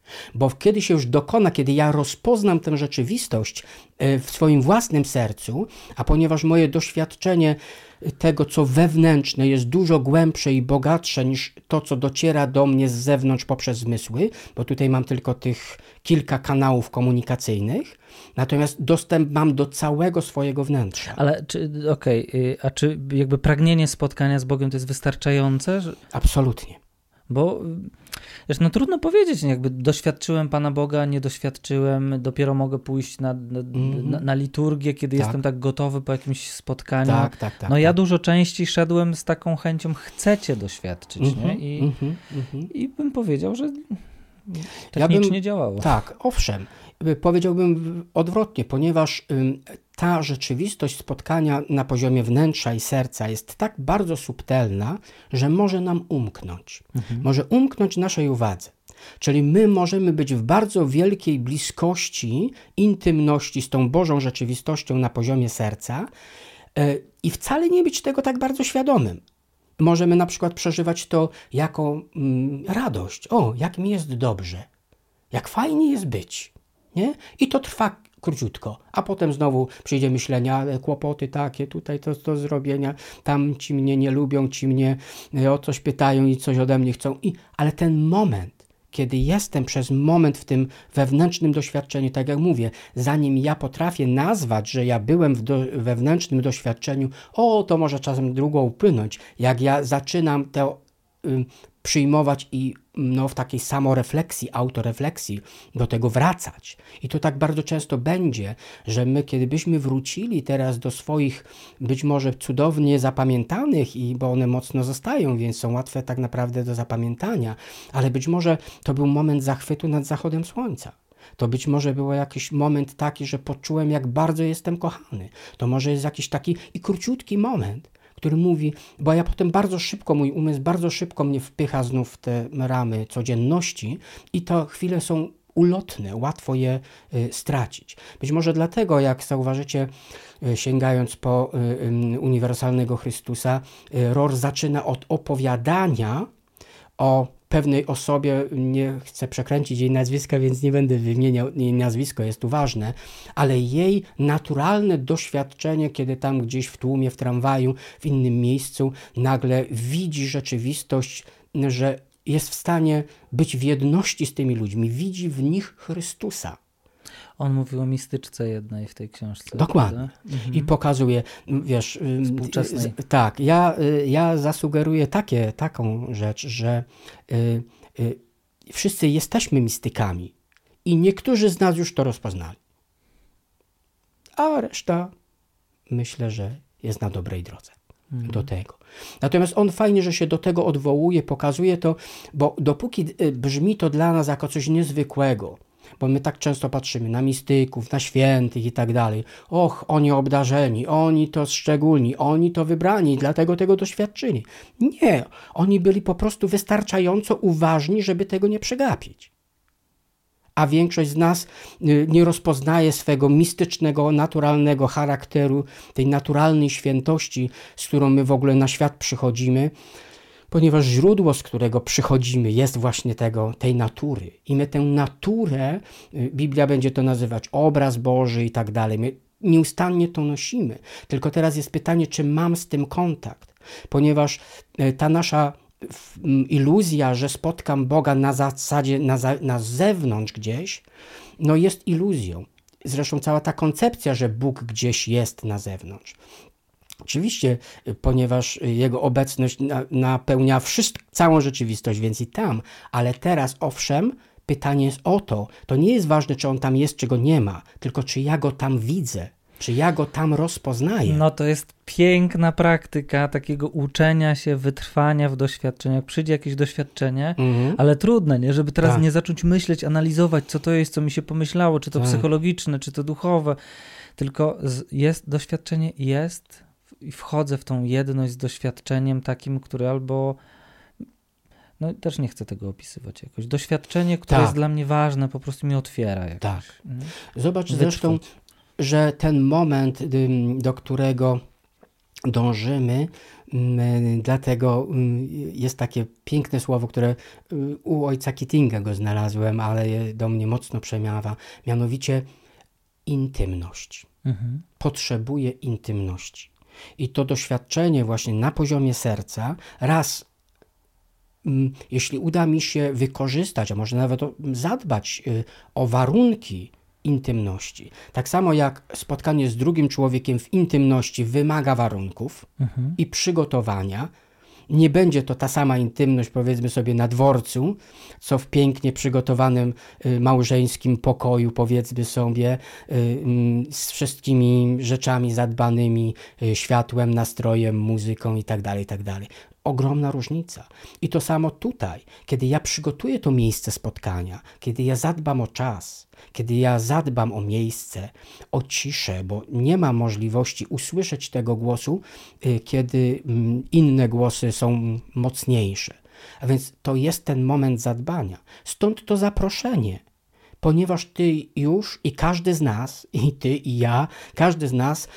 Bo kiedy się już dokona, kiedy ja rozpoznam tę rzeczywistość w swoim własnym sercu, a ponieważ moje doświadczenie tego, co wewnętrzne, jest dużo głębsze i bogatsze niż to, co dociera do mnie z zewnątrz poprzez zmysły, bo tutaj mam tylko tych kilka kanałów komunikacyjnych, natomiast dostęp mam do całego swojego wnętrza. Ale a czy jakby pragnienie spotkania z Bogiem to jest wystarczające? Absolutnie. Bo wiesz, no trudno powiedzieć, jakby doświadczyłem Pana Boga, nie doświadczyłem, dopiero mogę pójść na liturgię, kiedy jestem tak gotowy po jakimś spotkaniu. No ja dużo częściej szedłem z taką chęcią, chcecie doświadczyć, nie? I bym powiedział, że technicznie działało. Tak, owszem. Powiedziałbym odwrotnie, ponieważ ta rzeczywistość spotkania na poziomie wnętrza i serca jest tak bardzo subtelna, że może nam umknąć. Może umknąć naszej uwadze. Czyli my możemy być w bardzo wielkiej bliskości, intymności z tą Bożą rzeczywistością na poziomie serca i wcale nie być tego tak bardzo świadomym. Możemy na przykład przeżywać to jako radość. O, jak mi jest dobrze. Jak fajnie jest być. Nie? I to trwa króciutko, a potem znowu przyjdzie myślenie, ale kłopoty takie, tutaj to do zrobienia, tam ci mnie nie lubią, ci mnie o coś pytają i coś ode mnie chcą. Ale ten moment, kiedy jestem przez moment w tym wewnętrznym doświadczeniu, tak jak mówię, zanim ja potrafię nazwać, że ja byłem w wewnętrznym doświadczeniu, to może czasem długo upłynąć, jak ja zaczynam to przyjmować i w takiej samorefleksji, autorefleksji do tego wracać. I to tak bardzo często będzie, że my, kiedy byśmy wrócili teraz do swoich być może cudownie zapamiętanych, bo one mocno zostają, więc są łatwe tak naprawdę do zapamiętania, ale być może to był moment zachwytu nad zachodem słońca. To być może był jakiś moment taki, że poczułem, jak bardzo jestem kochany. To może jest jakiś taki i króciutki moment, który mówi, bo ja potem mój umysł bardzo szybko mnie wpycha znów w te ramy codzienności i to chwile są ulotne, łatwo je stracić. Być może dlatego, jak zauważycie, sięgając po uniwersalnego Chrystusa, Rohr zaczyna od opowiadania o pewnej osobie, nie chcę przekręcić jej nazwiska, więc nie będę wymieniał jej nazwisko, jest tu ważne, ale jej naturalne doświadczenie, kiedy tam gdzieś w tłumie, w tramwaju, w innym miejscu nagle widzi rzeczywistość, że jest w stanie być w jedności z tymi ludźmi, widzi w nich Chrystusa. On mówił o mistyczce jednej w tej książce. Dokładnie. I pokazuje, wiesz... Współczesnej. Tak, ja zasugeruję taką rzecz, że wszyscy jesteśmy mistykami i niektórzy z nas już to rozpoznali. A reszta myślę, że jest na dobrej drodze do tego. Natomiast on fajnie, że się do tego odwołuje, pokazuje to, bo dopóki brzmi to dla nas jako coś niezwykłego, bo my tak często patrzymy na mistyków, na świętych i tak dalej. Och, oni obdarzeni, oni to szczególni, oni to wybrani, dlatego tego doświadczyli. Nie, oni byli po prostu wystarczająco uważni, żeby tego nie przegapić. A większość z nas nie rozpoznaje swego mistycznego, naturalnego charakteru, tej naturalnej świętości, z którą my w ogóle na świat przychodzimy, ponieważ źródło, z którego przychodzimy, jest właśnie tej natury. I my tę naturę, Biblia będzie to nazywać obraz Boży i tak dalej, my nieustannie to nosimy. Tylko teraz jest pytanie, czy mam z tym kontakt, ponieważ ta nasza iluzja, że spotkam Boga na zasadzie, na zewnątrz gdzieś, jest iluzją. Zresztą cała ta koncepcja, że Bóg gdzieś jest na zewnątrz. Oczywiście, ponieważ Jego obecność napełnia całą rzeczywistość, więc i tam, ale teraz owszem, pytanie jest o to nie jest ważne, czy On tam jest, czy Go nie ma, tylko czy ja Go tam widzę, czy ja Go tam rozpoznaję. To jest piękna praktyka takiego uczenia się, wytrwania w doświadczeniach. Przyjdzie jakieś doświadczenie, ale trudne, nie? Żeby teraz nie zacząć myśleć, analizować, co to jest, co mi się pomyślało, czy to psychologiczne, czy to duchowe, tylko doświadczenie jest i wchodzę w tą jedność z doświadczeniem takim, które albo... też nie chcę tego opisywać jakoś. Doświadczenie, które jest dla mnie ważne, po prostu mi otwiera jakoś. Tak. Zobacz zresztą, że ten moment, do którego dążymy, Dlatego jest takie piękne słowo, które u ojca Kittinga go znalazłem, ale do mnie mocno przemawia, mianowicie intymność. Potrzebuję intymności. I to doświadczenie właśnie na poziomie serca, raz, jeśli uda mi się wykorzystać, a może nawet zadbać o warunki intymności, tak samo jak spotkanie z drugim człowiekiem w intymności wymaga warunków i przygotowania, nie będzie to ta sama intymność, powiedzmy sobie, na dworcu, co w pięknie przygotowanym małżeńskim pokoju, powiedzmy sobie, z wszystkimi rzeczami zadbanymi, światłem, nastrojem, muzyką itd., itd. Ogromna różnica. I to samo tutaj, kiedy ja przygotuję to miejsce spotkania, kiedy ja zadbam o czas, kiedy ja zadbam o miejsce, o ciszę, bo nie ma możliwości usłyszeć tego głosu, kiedy inne głosy są mocniejsze. A więc to jest ten moment zadbania. Stąd to zaproszenie, ponieważ ty już i każdy z nas, i ty, i ja, każdy z nas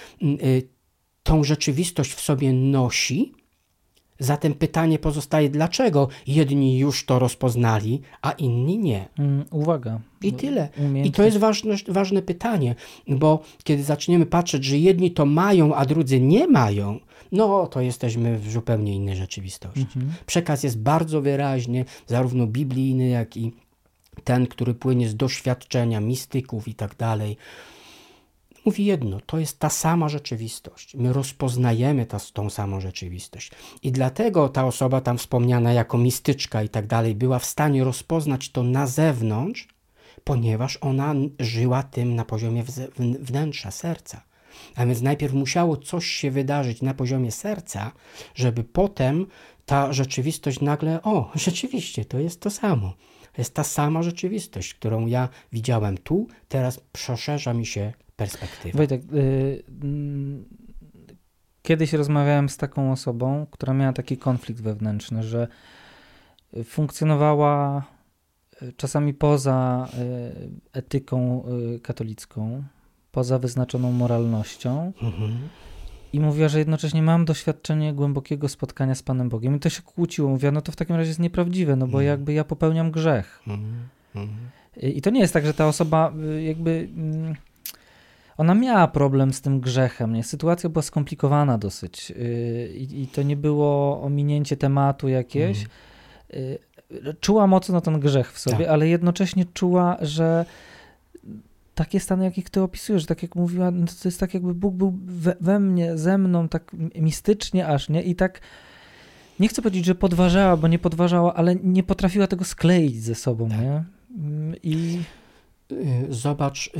tą rzeczywistość w sobie nosi. Zatem pytanie pozostaje, dlaczego jedni już to rozpoznali, a inni nie? Uwaga. I tyle. I to jest ważne pytanie, bo kiedy zaczniemy patrzeć, że jedni to mają, a drudzy nie mają, no to jesteśmy w zupełnie innej rzeczywistości. Przekaz jest bardzo wyraźny, zarówno biblijny, jak i ten, który płynie z doświadczenia mistyków i tak dalej. Mówi jedno, to jest ta sama rzeczywistość. My rozpoznajemy tą samą rzeczywistość. I dlatego ta osoba tam wspomniana jako mistyczka i tak dalej była w stanie rozpoznać to na zewnątrz, ponieważ ona żyła tym na poziomie wnętrza, serca. A więc najpierw musiało coś się wydarzyć na poziomie serca, żeby potem ta rzeczywistość nagle, rzeczywiście, to jest to samo. To jest ta sama rzeczywistość, którą ja widziałem tu, teraz poszerza mi się perspektywa. Wojtek, kiedyś rozmawiałem z taką osobą, która miała taki konflikt wewnętrzny, że funkcjonowała czasami poza etyką katolicką, poza wyznaczoną moralnością i mówiła, że jednocześnie mam doświadczenie głębokiego spotkania z Panem Bogiem. I to się kłóciło. Mówiła, no to w takim razie jest nieprawdziwe, no bo jakby ja popełniam grzech. I to nie jest tak, że ta osoba jakby... Ona miała problem z tym grzechem, nie? Sytuacja była skomplikowana dosyć i to nie było ominięcie tematu jakieś. Czuła mocno ten grzech w sobie, ale jednocześnie czuła, że takie stany, jakich ty opisujesz, tak jak mówiła, no to jest tak jakby Bóg był we mnie, ze mną, tak mistycznie aż, nie? I tak, nie chcę powiedzieć, że podważała, bo nie podważała, ale nie potrafiła tego skleić ze sobą, nie? I... Zobacz...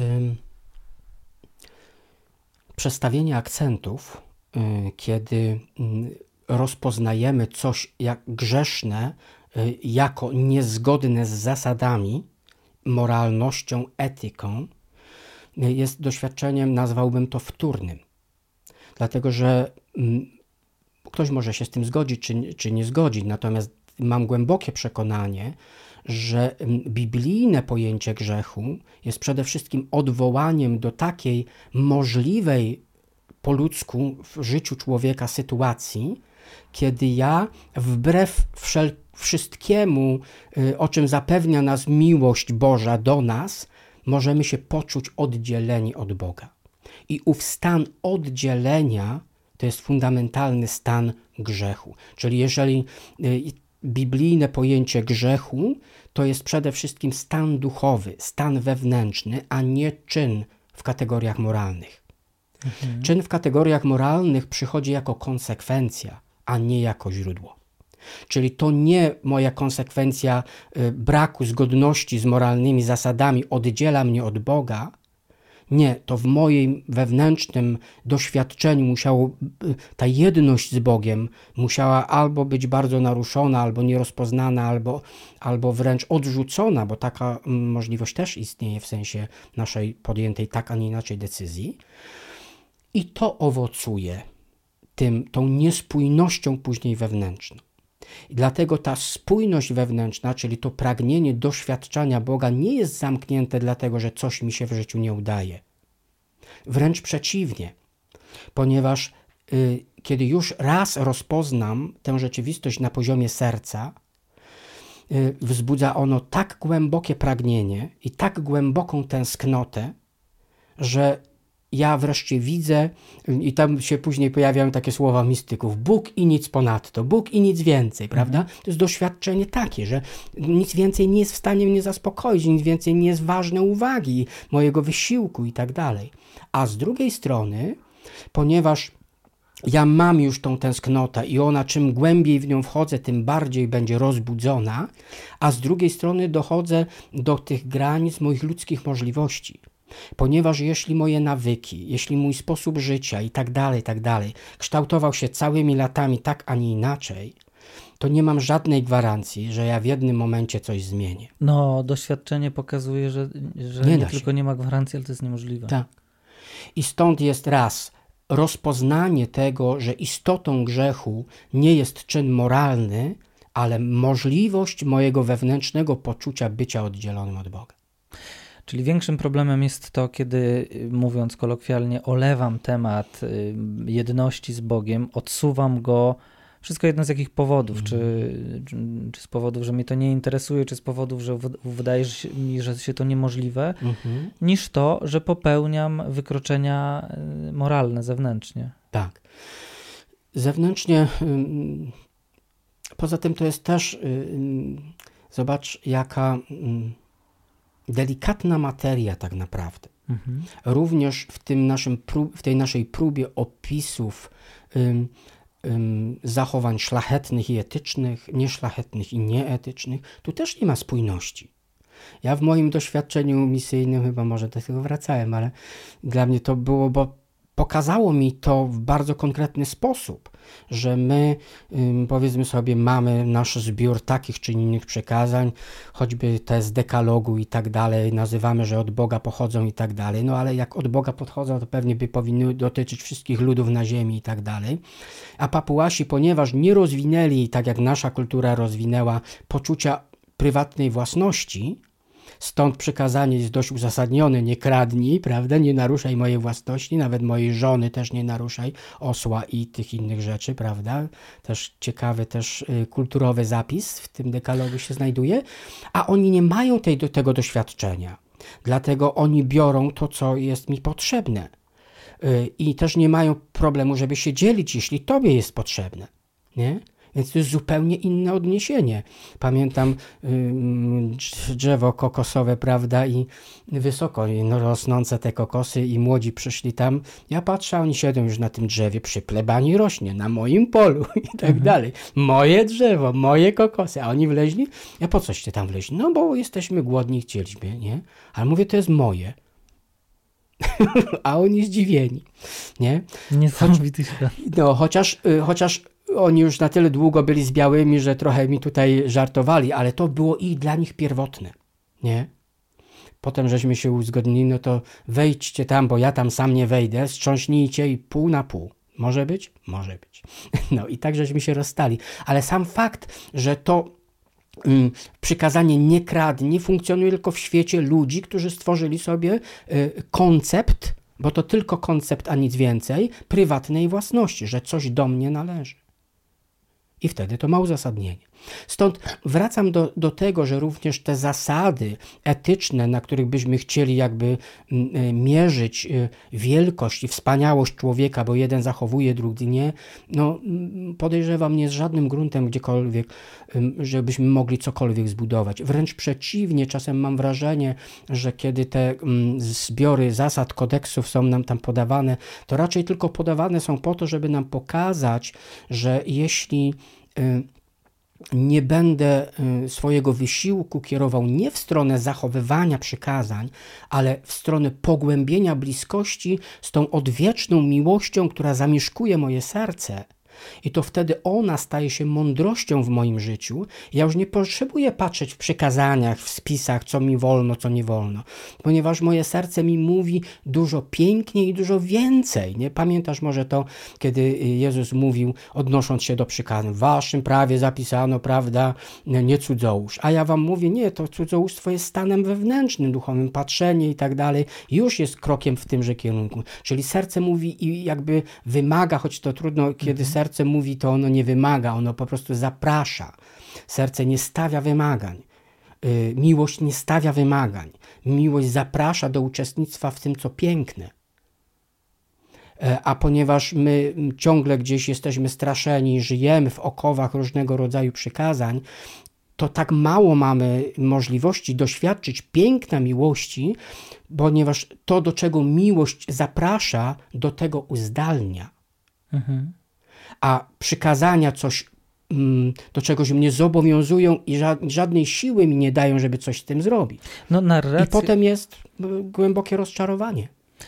Przestawienie akcentów, kiedy rozpoznajemy coś jak grzeszne, jako niezgodne z zasadami, moralnością, etyką, jest doświadczeniem, nazwałbym to wtórnym. Dlatego, że ktoś może się z tym zgodzić, czy nie zgodzić, natomiast mam głębokie przekonanie, że biblijne pojęcie grzechu jest przede wszystkim odwołaniem do takiej możliwej po ludzku w życiu człowieka sytuacji, kiedy ja wbrew wszystkiemu, o czym zapewnia nas miłość Boża do nas, możemy się poczuć oddzieleni od Boga. I ów stan oddzielenia to jest fundamentalny stan grzechu. Czyli jeżeli biblijne pojęcie grzechu to jest przede wszystkim stan duchowy, stan wewnętrzny, a nie czyn w kategoriach moralnych. Czyn w kategoriach moralnych przychodzi jako konsekwencja, a nie jako źródło. Czyli to nie moja konsekwencja braku zgodności z moralnymi zasadami oddziela mnie od Boga. Nie, to w moim wewnętrznym doświadczeniu musiało, ta jedność z Bogiem musiała albo być bardzo naruszona, albo nierozpoznana, albo wręcz odrzucona, bo taka możliwość też istnieje w sensie naszej podjętej tak, a nie inaczej decyzji. I to owocuje tą niespójnością później wewnętrzną. I dlatego ta spójność wewnętrzna, czyli to pragnienie doświadczania Boga nie jest zamknięte dlatego, że coś mi się w życiu nie udaje. Wręcz przeciwnie, ponieważ kiedy już raz rozpoznam tę rzeczywistość na poziomie serca, wzbudza ono tak głębokie pragnienie i tak głęboką tęsknotę, że ja wreszcie widzę, i tam się później pojawiają takie słowa mistyków, Bóg i nic ponadto, Bóg i nic więcej, prawda? To jest doświadczenie takie, że nic więcej nie jest w stanie mnie zaspokoić, nic więcej nie jest ważne uwagi, mojego wysiłku i tak dalej. A z drugiej strony, ponieważ ja mam już tą tęsknotę i ona czym głębiej w nią wchodzę, tym bardziej będzie rozbudzona, a z drugiej strony dochodzę do tych granic moich ludzkich możliwości. Ponieważ jeśli moje nawyki, jeśli mój sposób życia i tak dalej, kształtował się całymi latami tak, a nie inaczej, to nie mam żadnej gwarancji, że ja w jednym momencie coś zmienię. No, doświadczenie pokazuje, że nie tylko nie ma gwarancji, ale to jest niemożliwe. Tak. I stąd jest raz rozpoznanie tego, że istotą grzechu nie jest czyn moralny, ale możliwość mojego wewnętrznego poczucia bycia oddzielonym od Boga. Czyli większym problemem jest to, kiedy, mówiąc kolokwialnie, olewam temat jedności z Bogiem, odsuwam go, wszystko jedno z jakich powodów, czy z powodów, że mnie to nie interesuje, czy z powodów, że wydaje mi, że się to niemożliwe, niż to, że popełniam wykroczenia moralne zewnętrznie. Tak. Zewnętrznie, poza tym to jest też, zobacz jaka delikatna materia tak naprawdę. Również w tej naszej próbie opisów zachowań szlachetnych i etycznych, nieszlachetnych i nieetycznych, tu też nie ma spójności. Ja w moim doświadczeniu misyjnym, chyba może do tego wracałem, ale dla mnie to było, bo pokazało mi to w bardzo konkretny sposób, że my, powiedzmy sobie, mamy nasz zbiór takich czy innych przekazań, choćby te z dekalogu i tak dalej, nazywamy, że od Boga pochodzą i tak dalej, no ale jak od Boga podchodzą, to pewnie by powinny dotyczyć wszystkich ludów na ziemi i tak dalej. A Papuasi, ponieważ nie rozwinęli, tak jak nasza kultura rozwinęła, poczucia prywatnej własności, stąd przykazanie jest dość uzasadnione, nie kradnij, prawda, nie naruszaj mojej własności, nawet mojej żony też nie naruszaj, osła i tych innych rzeczy, prawda, też ciekawy, też kulturowy zapis w tym dekalogu się znajduje, a oni nie mają tego doświadczenia, dlatego oni biorą to, co jest mi potrzebne i też nie mają problemu, żeby się dzielić, jeśli tobie jest potrzebne, nie? Więc to jest zupełnie inne odniesienie. Pamiętam drzewo kokosowe, prawda, i wysoko rosnące te kokosy i młodzi przyszli tam. Ja patrzę, a oni siedzą już na tym drzewie, przy plebanii rośnie, na moim polu i tak dalej. Moje drzewo, moje kokosy, a oni wleźli. Ja po coście tam wleźli? No bo jesteśmy głodni i chcieliśmy, nie? Ale mówię, to jest moje. A oni zdziwieni, nie? Niesamowity świat. No, chociaż oni już na tyle długo byli z białymi, że trochę mi tutaj żartowali, ale to było dla nich pierwotne, nie? Potem żeśmy się uzgodnili, no to wejdźcie tam, bo ja tam sam nie wejdę, strząśnijcie i pół na pół. Może być? Może być. No i tak żeśmy się rozstali. Ale sam fakt, że to przykazanie nie kradnij funkcjonuje tylko w świecie ludzi, którzy stworzyli sobie koncept, bo to tylko koncept, a nic więcej, prywatnej własności, że coś do mnie należy. I wtedy to ma uzasadnienie. Stąd wracam do tego, że również te zasady etyczne, na których byśmy chcieli jakby mierzyć wielkość i wspaniałość człowieka, bo jeden zachowuje, drugi nie, no podejrzewam, nie z żadnym gruntem gdziekolwiek, żebyśmy mogli cokolwiek zbudować. Wręcz przeciwnie, czasem mam wrażenie, że kiedy te zbiory zasad, kodeksów są nam tam podawane, to raczej tylko podawane są po to, żeby nam pokazać, że jeśli nie będę swojego wysiłku kierował nie w stronę zachowywania przykazań, ale w stronę pogłębienia bliskości z tą odwieczną miłością, która zamieszkuje moje serce, I to wtedy ona staje się mądrością w moim życiu. Ja już nie potrzebuję patrzeć w przykazaniach, w spisach, co mi wolno, co nie wolno, ponieważ moje serce mi mówi dużo piękniej i dużo więcej. Nie pamiętasz może to, kiedy Jezus mówił, odnosząc się do przykazań, w waszym prawie zapisano, prawda, nie cudzołóż. A ja wam mówię, nie, to cudzołóstwo jest stanem wewnętrznym, duchowym, patrzenie i tak dalej, już jest krokiem w tymże kierunku. Czyli serce mówi i jakby wymaga, choć to trudno, kiedy serce mówi, to ono nie wymaga, ono po prostu zaprasza. Serce nie stawia wymagań. Miłość nie stawia wymagań. Miłość zaprasza do uczestnictwa w tym, co piękne. A ponieważ my ciągle gdzieś jesteśmy straszeni, żyjemy w okowach różnego rodzaju przykazań, to tak mało mamy możliwości doświadczyć piękna miłości, ponieważ to, do czego miłość zaprasza, do tego uzdalnia. A przykazania coś, do czegoś mnie zobowiązują i żadnej siły mi nie dają, żeby coś z tym zrobić. I potem jest głębokie rozczarowanie.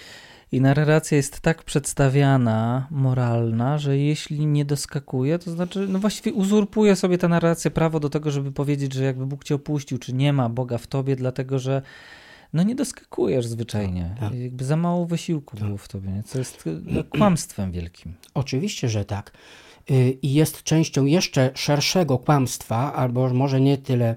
I narracja jest tak przedstawiana, moralna, że jeśli nie doskakuje, to znaczy, no właściwie uzurpuje sobie ta narracja prawo do tego, żeby powiedzieć, że jakby Bóg cię opuścił, czy nie ma Boga w tobie, dlatego że no nie doskakujesz zwyczajnie. Tak. Jakby za mało wysiłku było w tobie, nie? Co jest kłamstwem wielkim. Oczywiście, że tak. I jest częścią jeszcze szerszego kłamstwa, albo może nie tyle,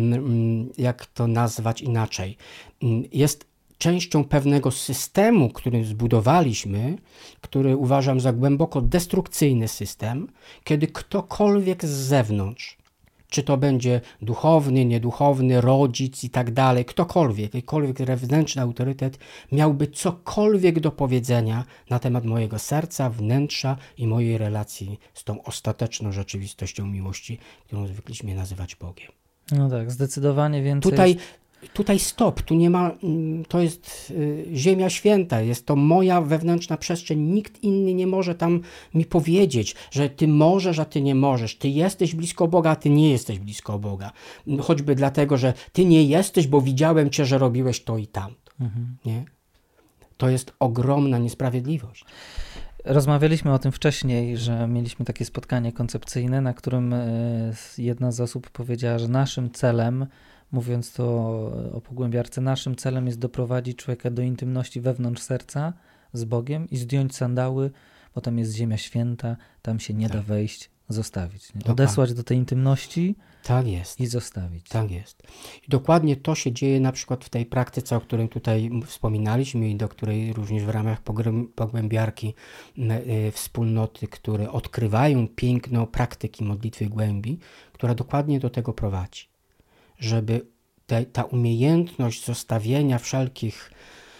jak to nazwać inaczej. Jest częścią pewnego systemu, który zbudowaliśmy, który uważam za głęboko destrukcyjny system, kiedy ktokolwiek z zewnątrz, czy to będzie duchowny, nieduchowny, rodzic i tak dalej, ktokolwiek, jakikolwiek wewnętrzny autorytet miałby cokolwiek do powiedzenia na temat mojego serca, wnętrza i mojej relacji z tą ostateczną rzeczywistością miłości, którą zwykliśmy nazywać Bogiem. No tak, zdecydowanie więcej. Tutaj stop, tu nie ma, to jest ziemia święta, jest to moja wewnętrzna przestrzeń, nikt inny nie może tam mi powiedzieć, że ty możesz, a ty nie możesz, ty jesteś blisko Boga, a ty nie jesteś blisko Boga, choćby dlatego, że ty nie jesteś, bo widziałem cię, że robiłeś to i tamto, nie? To jest ogromna niesprawiedliwość. Rozmawialiśmy o tym wcześniej, że mieliśmy takie spotkanie koncepcyjne, na którym jedna z osób powiedziała, że naszym celem, mówiąc to o pogłębiarce, naszym celem jest doprowadzić człowieka do intymności wewnątrz serca z Bogiem i zdjąć sandały, bo tam jest ziemia święta, tam się nie da wejść, zostawić. Nie? Odesłać do tej intymności i zostawić. Tak jest. I dokładnie to się dzieje na przykład w tej praktyce, o której tutaj wspominaliśmy i do której również w ramach pogłębiarki wspólnoty, które odkrywają piękno praktyki modlitwy głębi, która dokładnie do tego prowadzi. Żeby ta umiejętność zostawienia wszelkich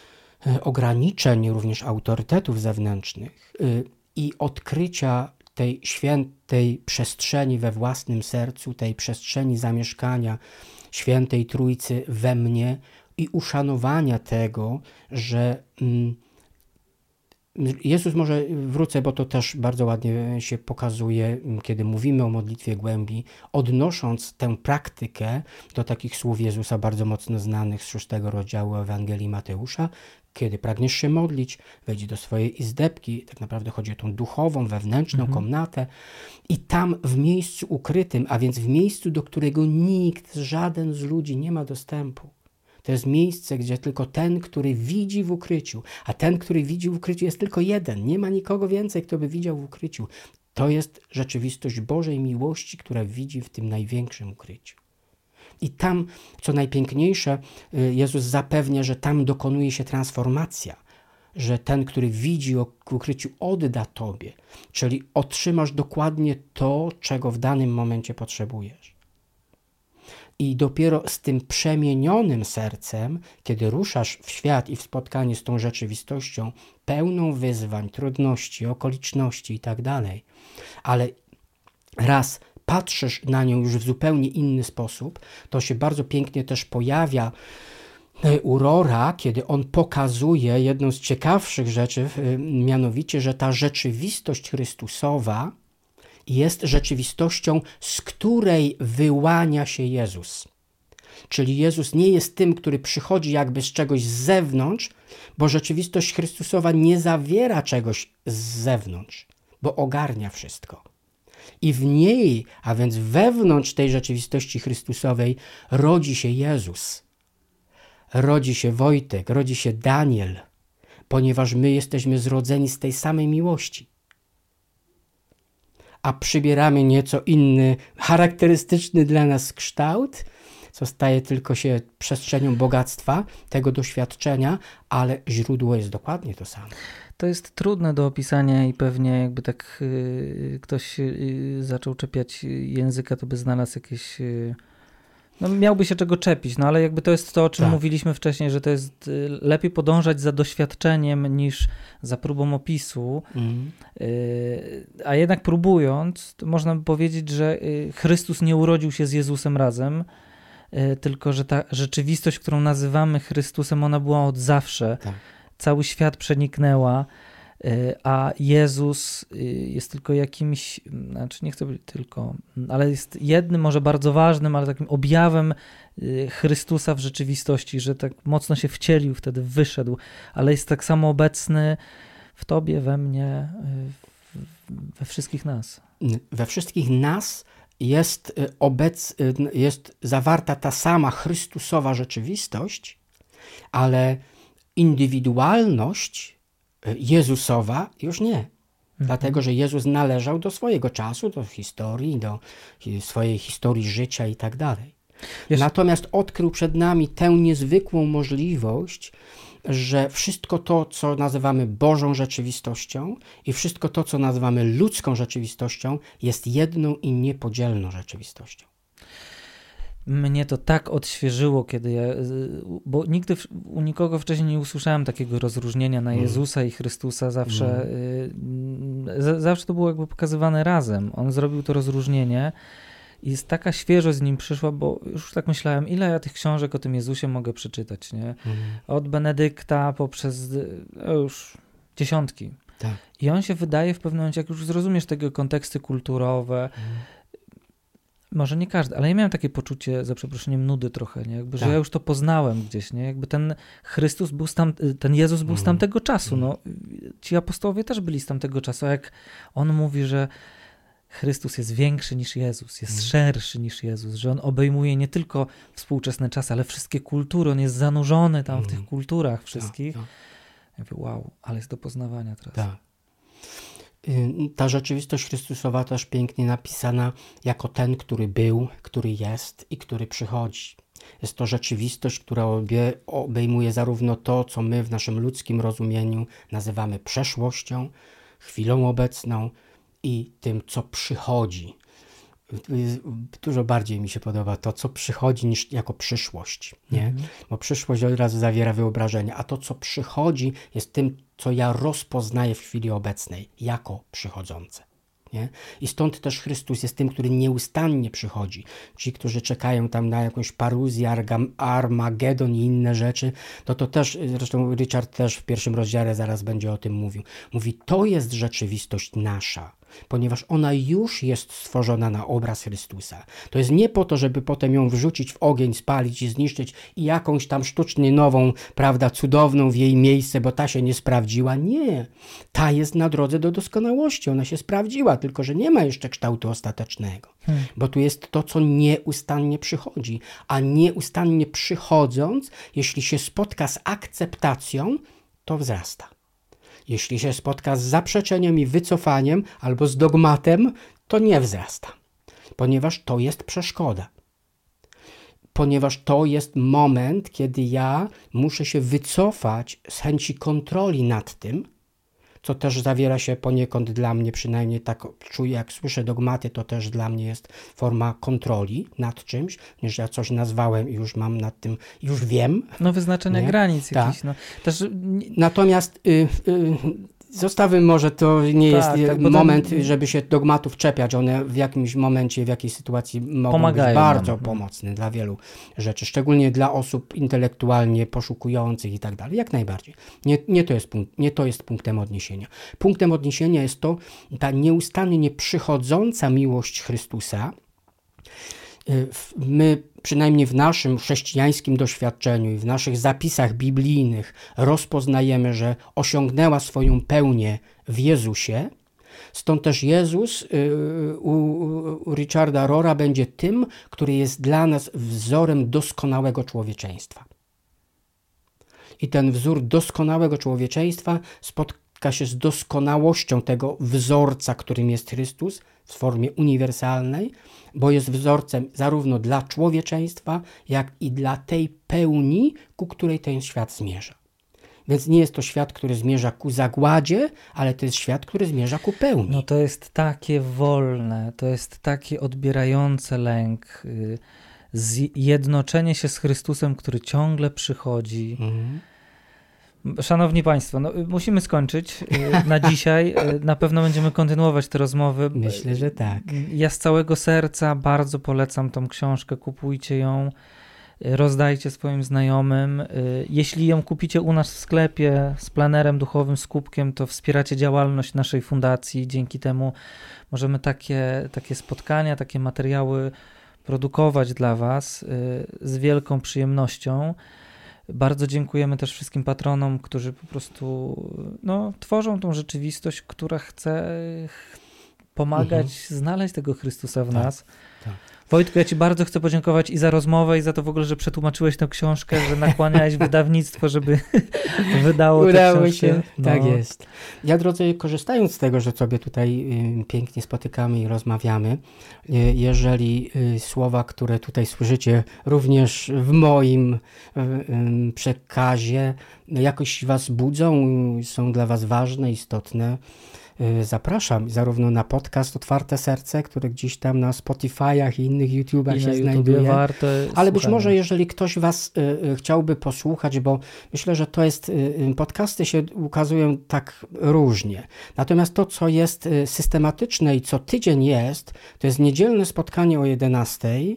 ograniczeń, również autorytetów zewnętrznych i odkrycia tej świętej przestrzeni we własnym sercu, tej przestrzeni zamieszkania Świętej Trójcy we mnie i uszanowania tego, że Jezus, może wrócę, bo to też bardzo ładnie się pokazuje, kiedy mówimy o modlitwie głębi, odnosząc tę praktykę do takich słów Jezusa bardzo mocno znanych z 6 rozdziału Ewangelii Mateusza. Kiedy pragniesz się modlić, wejdź do swojej izdebki, tak naprawdę chodzi o tą duchową, wewnętrzną komnatę i tam w miejscu ukrytym, a więc w miejscu, do którego nikt, żaden z ludzi nie ma dostępu. To jest miejsce, gdzie tylko ten, który widzi w ukryciu, a ten, który widzi w ukryciu jest tylko jeden. Nie ma nikogo więcej, kto by widział w ukryciu. To jest rzeczywistość Bożej miłości, która widzi w tym największym ukryciu. I tam, co najpiękniejsze, Jezus zapewnia, że tam dokonuje się transformacja, że ten, który widzi w ukryciu, odda Tobie, czyli otrzymasz dokładnie to, czego w danym momencie potrzebujesz. I dopiero z tym przemienionym sercem, kiedy ruszasz w świat i w spotkanie z tą rzeczywistością, pełną wyzwań, trudności, okoliczności i tak dalej, ale raz patrzysz na nią już w zupełnie inny sposób, to się bardzo pięknie też pojawia u Rohra, kiedy on pokazuje jedną z ciekawszych rzeczy, mianowicie, że ta rzeczywistość Chrystusowa jest rzeczywistością, z której wyłania się Jezus. Czyli Jezus nie jest tym, który przychodzi jakby z czegoś z zewnątrz, bo rzeczywistość Chrystusowa nie zawiera czegoś z zewnątrz. bo ogarnia wszystko. I w niej, a więc wewnątrz tej rzeczywistości Chrystusowej rodzi się Jezus, rodzi się Wojtek, rodzi się Daniel, ponieważ my jesteśmy zrodzeni z tej samej miłości. A przybieramy nieco inny, charakterystyczny dla nas kształt, co staje tylko się przestrzenią bogactwa, tego doświadczenia, ale źródło jest dokładnie to samo. To jest trudne do opisania i pewnie jakby tak ktoś zaczął czepiać języka, to by znalazł jakieś... No miałby się czego czepić, no ale jakby to jest to, o czym mówiliśmy wcześniej, że to jest lepiej podążać za doświadczeniem niż za próbą opisu, a jednak próbując, to można by powiedzieć, że Chrystus nie urodził się z Jezusem razem, tylko że ta rzeczywistość, którą nazywamy Chrystusem, ona była od zawsze. Tak. Cały świat przeniknęła, a Jezus jest tylko jakimś, znaczy nie chcę powiedzieć tylko, ale jest jednym, może bardzo ważnym, ale takim objawem Chrystusa w rzeczywistości, że tak mocno się wcielił, wtedy wyszedł, ale jest tak samo obecny w tobie, we mnie, we wszystkich nas. We wszystkich nas jest zawarta ta sama Chrystusowa rzeczywistość, ale indywidualność Jezusowa już nie. Dlatego, że Jezus należał do swojego czasu, do historii, do swojej historii życia i tak dalej. Natomiast odkrył przed nami tę niezwykłą możliwość, że wszystko to, co nazywamy Bożą rzeczywistością i wszystko to, co nazywamy ludzką rzeczywistością, jest jedną i niepodzielną rzeczywistością. Mnie to tak odświeżyło, kiedy bo nigdy u nikogo wcześniej nie usłyszałem takiego rozróżnienia na Jezusa i Chrystusa. Zawsze to było jakby pokazywane razem. On zrobił to rozróżnienie i jest taka świeżość z nim przyszła, bo już tak myślałem, ile ja tych książek o tym Jezusie mogę przeczytać, nie? Od Benedykta poprzez już dziesiątki. Tak. I on się wydaje w pewnym momencie, jak już zrozumiesz tego konteksty kulturowe, może nie każdy, ale ja miałem takie poczucie, za przeproszeniem, nudy trochę, nie? Jakby, że ja już to poznałem gdzieś, nie? Jakby ten Chrystus był ten Jezus był z tamtego czasu, no. Ci apostołowie też byli z tamtego czasu, a jak on mówi, że Chrystus jest większy niż Jezus, jest szerszy niż Jezus, że on obejmuje nie tylko współczesne czasy, ale wszystkie kultury, on jest zanurzony tam w tych kulturach wszystkich. Ja mówię, wow, ale jest do poznawania teraz. Tak. Ta rzeczywistość Chrystusowa też pięknie napisana jako ten, który był, który jest i który przychodzi. Jest to rzeczywistość, która obejmuje zarówno to, co my w naszym ludzkim rozumieniu nazywamy przeszłością, chwilą obecną i tym, co przychodzi. Dużo bardziej mi się podoba to, co przychodzi, niż jako przyszłość, nie? Bo przyszłość od razu zawiera wyobrażenie, a to, co przychodzi, jest tym, co ja rozpoznaję w chwili obecnej jako przychodzące. Nie? I stąd też Chrystus jest tym, który nieustannie przychodzi. Ci, którzy czekają tam na jakąś paruzję, Armagedon i inne rzeczy, to też, zresztą Richard też w pierwszym rozdziale zaraz będzie o tym mówił. Mówi, to jest rzeczywistość nasza, ponieważ ona już jest stworzona na obraz Chrystusa. To jest nie po to, żeby potem ją wrzucić w ogień, spalić i zniszczyć i jakąś tam sztucznie nową, prawda, cudowną w jej miejsce, bo ta się nie sprawdziła. Nie. Ta jest na drodze do doskonałości. Ona się sprawdziła, tylko że nie ma jeszcze kształtu ostatecznego. Bo tu jest to, co nieustannie przychodzi. A nieustannie przychodząc, jeśli się spotka z akceptacją, to wzrasta. Jeśli się spotka z zaprzeczeniem i wycofaniem albo z dogmatem, to nie wzrasta, ponieważ to jest przeszkoda. Ponieważ to jest moment, kiedy ja muszę się wycofać z chęci kontroli nad tym, co też zawiera się poniekąd dla mnie, przynajmniej tak czuję, jak słyszę dogmaty, to też dla mnie jest forma kontroli nad czymś, niż ja coś nazwałem i już mam nad tym, już wiem. No wyznaczenia granic jakichś. No. Też... Natomiast zostawmy może, to nie jest moment, żeby się dogmatów czepiać. One w jakimś momencie, w jakiejś sytuacji mogą być bardzo pomocne dla wielu rzeczy, szczególnie dla osób intelektualnie poszukujących i tak dalej. Jak najbardziej. Nie to jest punktem odniesienia. Punktem odniesienia jest ta nieustannie przychodząca miłość Chrystusa. My, przynajmniej w naszym chrześcijańskim doświadczeniu i w naszych zapisach biblijnych rozpoznajemy, że osiągnęła swoją pełnię w Jezusie, Stąd też Jezus u Richarda Rohra będzie tym, który jest dla nas wzorem doskonałego człowieczeństwa. I ten wzór doskonałego człowieczeństwa spotka się z doskonałością tego wzorca, którym jest Chrystus w formie uniwersalnej, bo jest wzorcem zarówno dla człowieczeństwa, jak i dla tej pełni, ku której ten świat zmierza. Więc nie jest to świat, który zmierza ku zagładzie, ale to jest świat, który zmierza ku pełni. No to jest takie wolne, to jest takie odbierające lęk, zjednoczenie się z Chrystusem, który ciągle przychodzi. Szanowni Państwo, no, musimy skończyć na dzisiaj. Na pewno będziemy kontynuować te rozmowy. Myślę, że tak. Ja z całego serca bardzo polecam tą książkę, kupujcie ją, rozdajcie swoim znajomym. Jeśli ją kupicie u nas w sklepie z planerem duchowym, z kubkiem, to wspieracie działalność naszej fundacji. Dzięki temu możemy takie spotkania, takie materiały produkować dla Was z wielką przyjemnością. Bardzo dziękujemy też wszystkim patronom, którzy po prostu tworzą tą rzeczywistość, która chce pomagać znaleźć tego Chrystusa w nas. Tak. Wojtku, ja Ci bardzo chcę podziękować i za rozmowę, i za to w ogóle, że przetłumaczyłeś tę książkę, że nakłaniałeś wydawnictwo, żeby wydało tę książkę. Udało się, tak jest. Ja, drodzy, korzystając z tego, że sobie tutaj pięknie spotykamy i rozmawiamy, jeżeli słowa, które tutaj słyszycie również w moim przekazie, jakoś Was budzą, są dla Was ważne, istotne, zapraszam zarówno na podcast Otwarte Serce, który gdzieś tam na Spotify'ach i innych YouTube'ach się znajduje, ale być może jeżeli ktoś Was chciałby posłuchać, bo myślę, że to jest, podcasty się ukazują tak różnie, natomiast to, co jest systematyczne i co tydzień jest, to jest niedzielne spotkanie o 11:00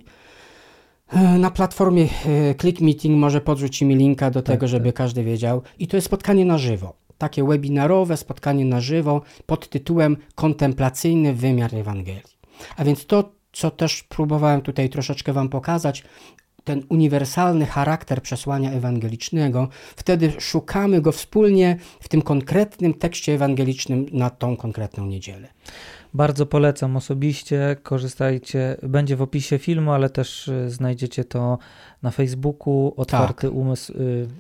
na platformie Click Meeting, może podrzucimy linka do tego, żeby każdy wiedział, i to jest spotkanie na żywo. Takie webinarowe spotkanie na żywo pod tytułem Kontemplacyjny wymiar Ewangelii. A więc to, co też próbowałem tutaj troszeczkę Wam pokazać, ten uniwersalny charakter przesłania ewangelicznego, wtedy szukamy go wspólnie w tym konkretnym tekście ewangelicznym na tą konkretną niedzielę. Bardzo polecam osobiście, korzystajcie, będzie w opisie filmu, ale też znajdziecie to na Facebooku, Otwarty Umysł...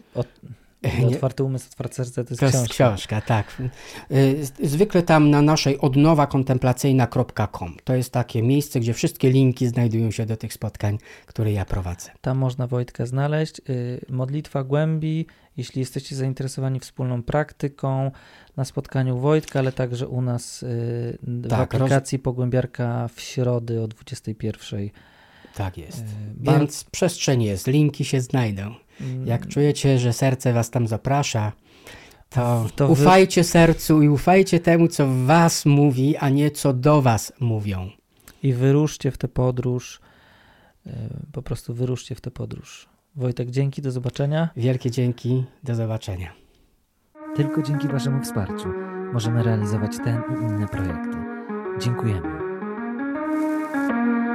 Otwarty Umysł, Otwarte Serce to jest książka, tak. Zwykle tam na naszej odnowakontemplacyjna.com. To jest takie miejsce, gdzie wszystkie linki znajdują się do tych spotkań, które ja prowadzę. Tam można Wojtka znaleźć. Modlitwa głębi, jeśli jesteście zainteresowani wspólną praktyką na spotkaniu Wojtka, ale także u nas w aplikacji Pogłębiarka w środę o 21:00. Tak jest. Więc przestrzeń jest, linki się znajdą. Jak czujecie, że serce Was tam zaprasza, to ufajcie sercu i ufajcie temu, co Was mówi, a nie co do Was mówią. I wyruszcie w tę podróż. Po prostu wyruszcie w tę podróż. Wojtek, dzięki, do zobaczenia. Wielkie dzięki, do zobaczenia. Tylko dzięki Waszemu wsparciu możemy realizować ten i inne projekty. Dziękujemy.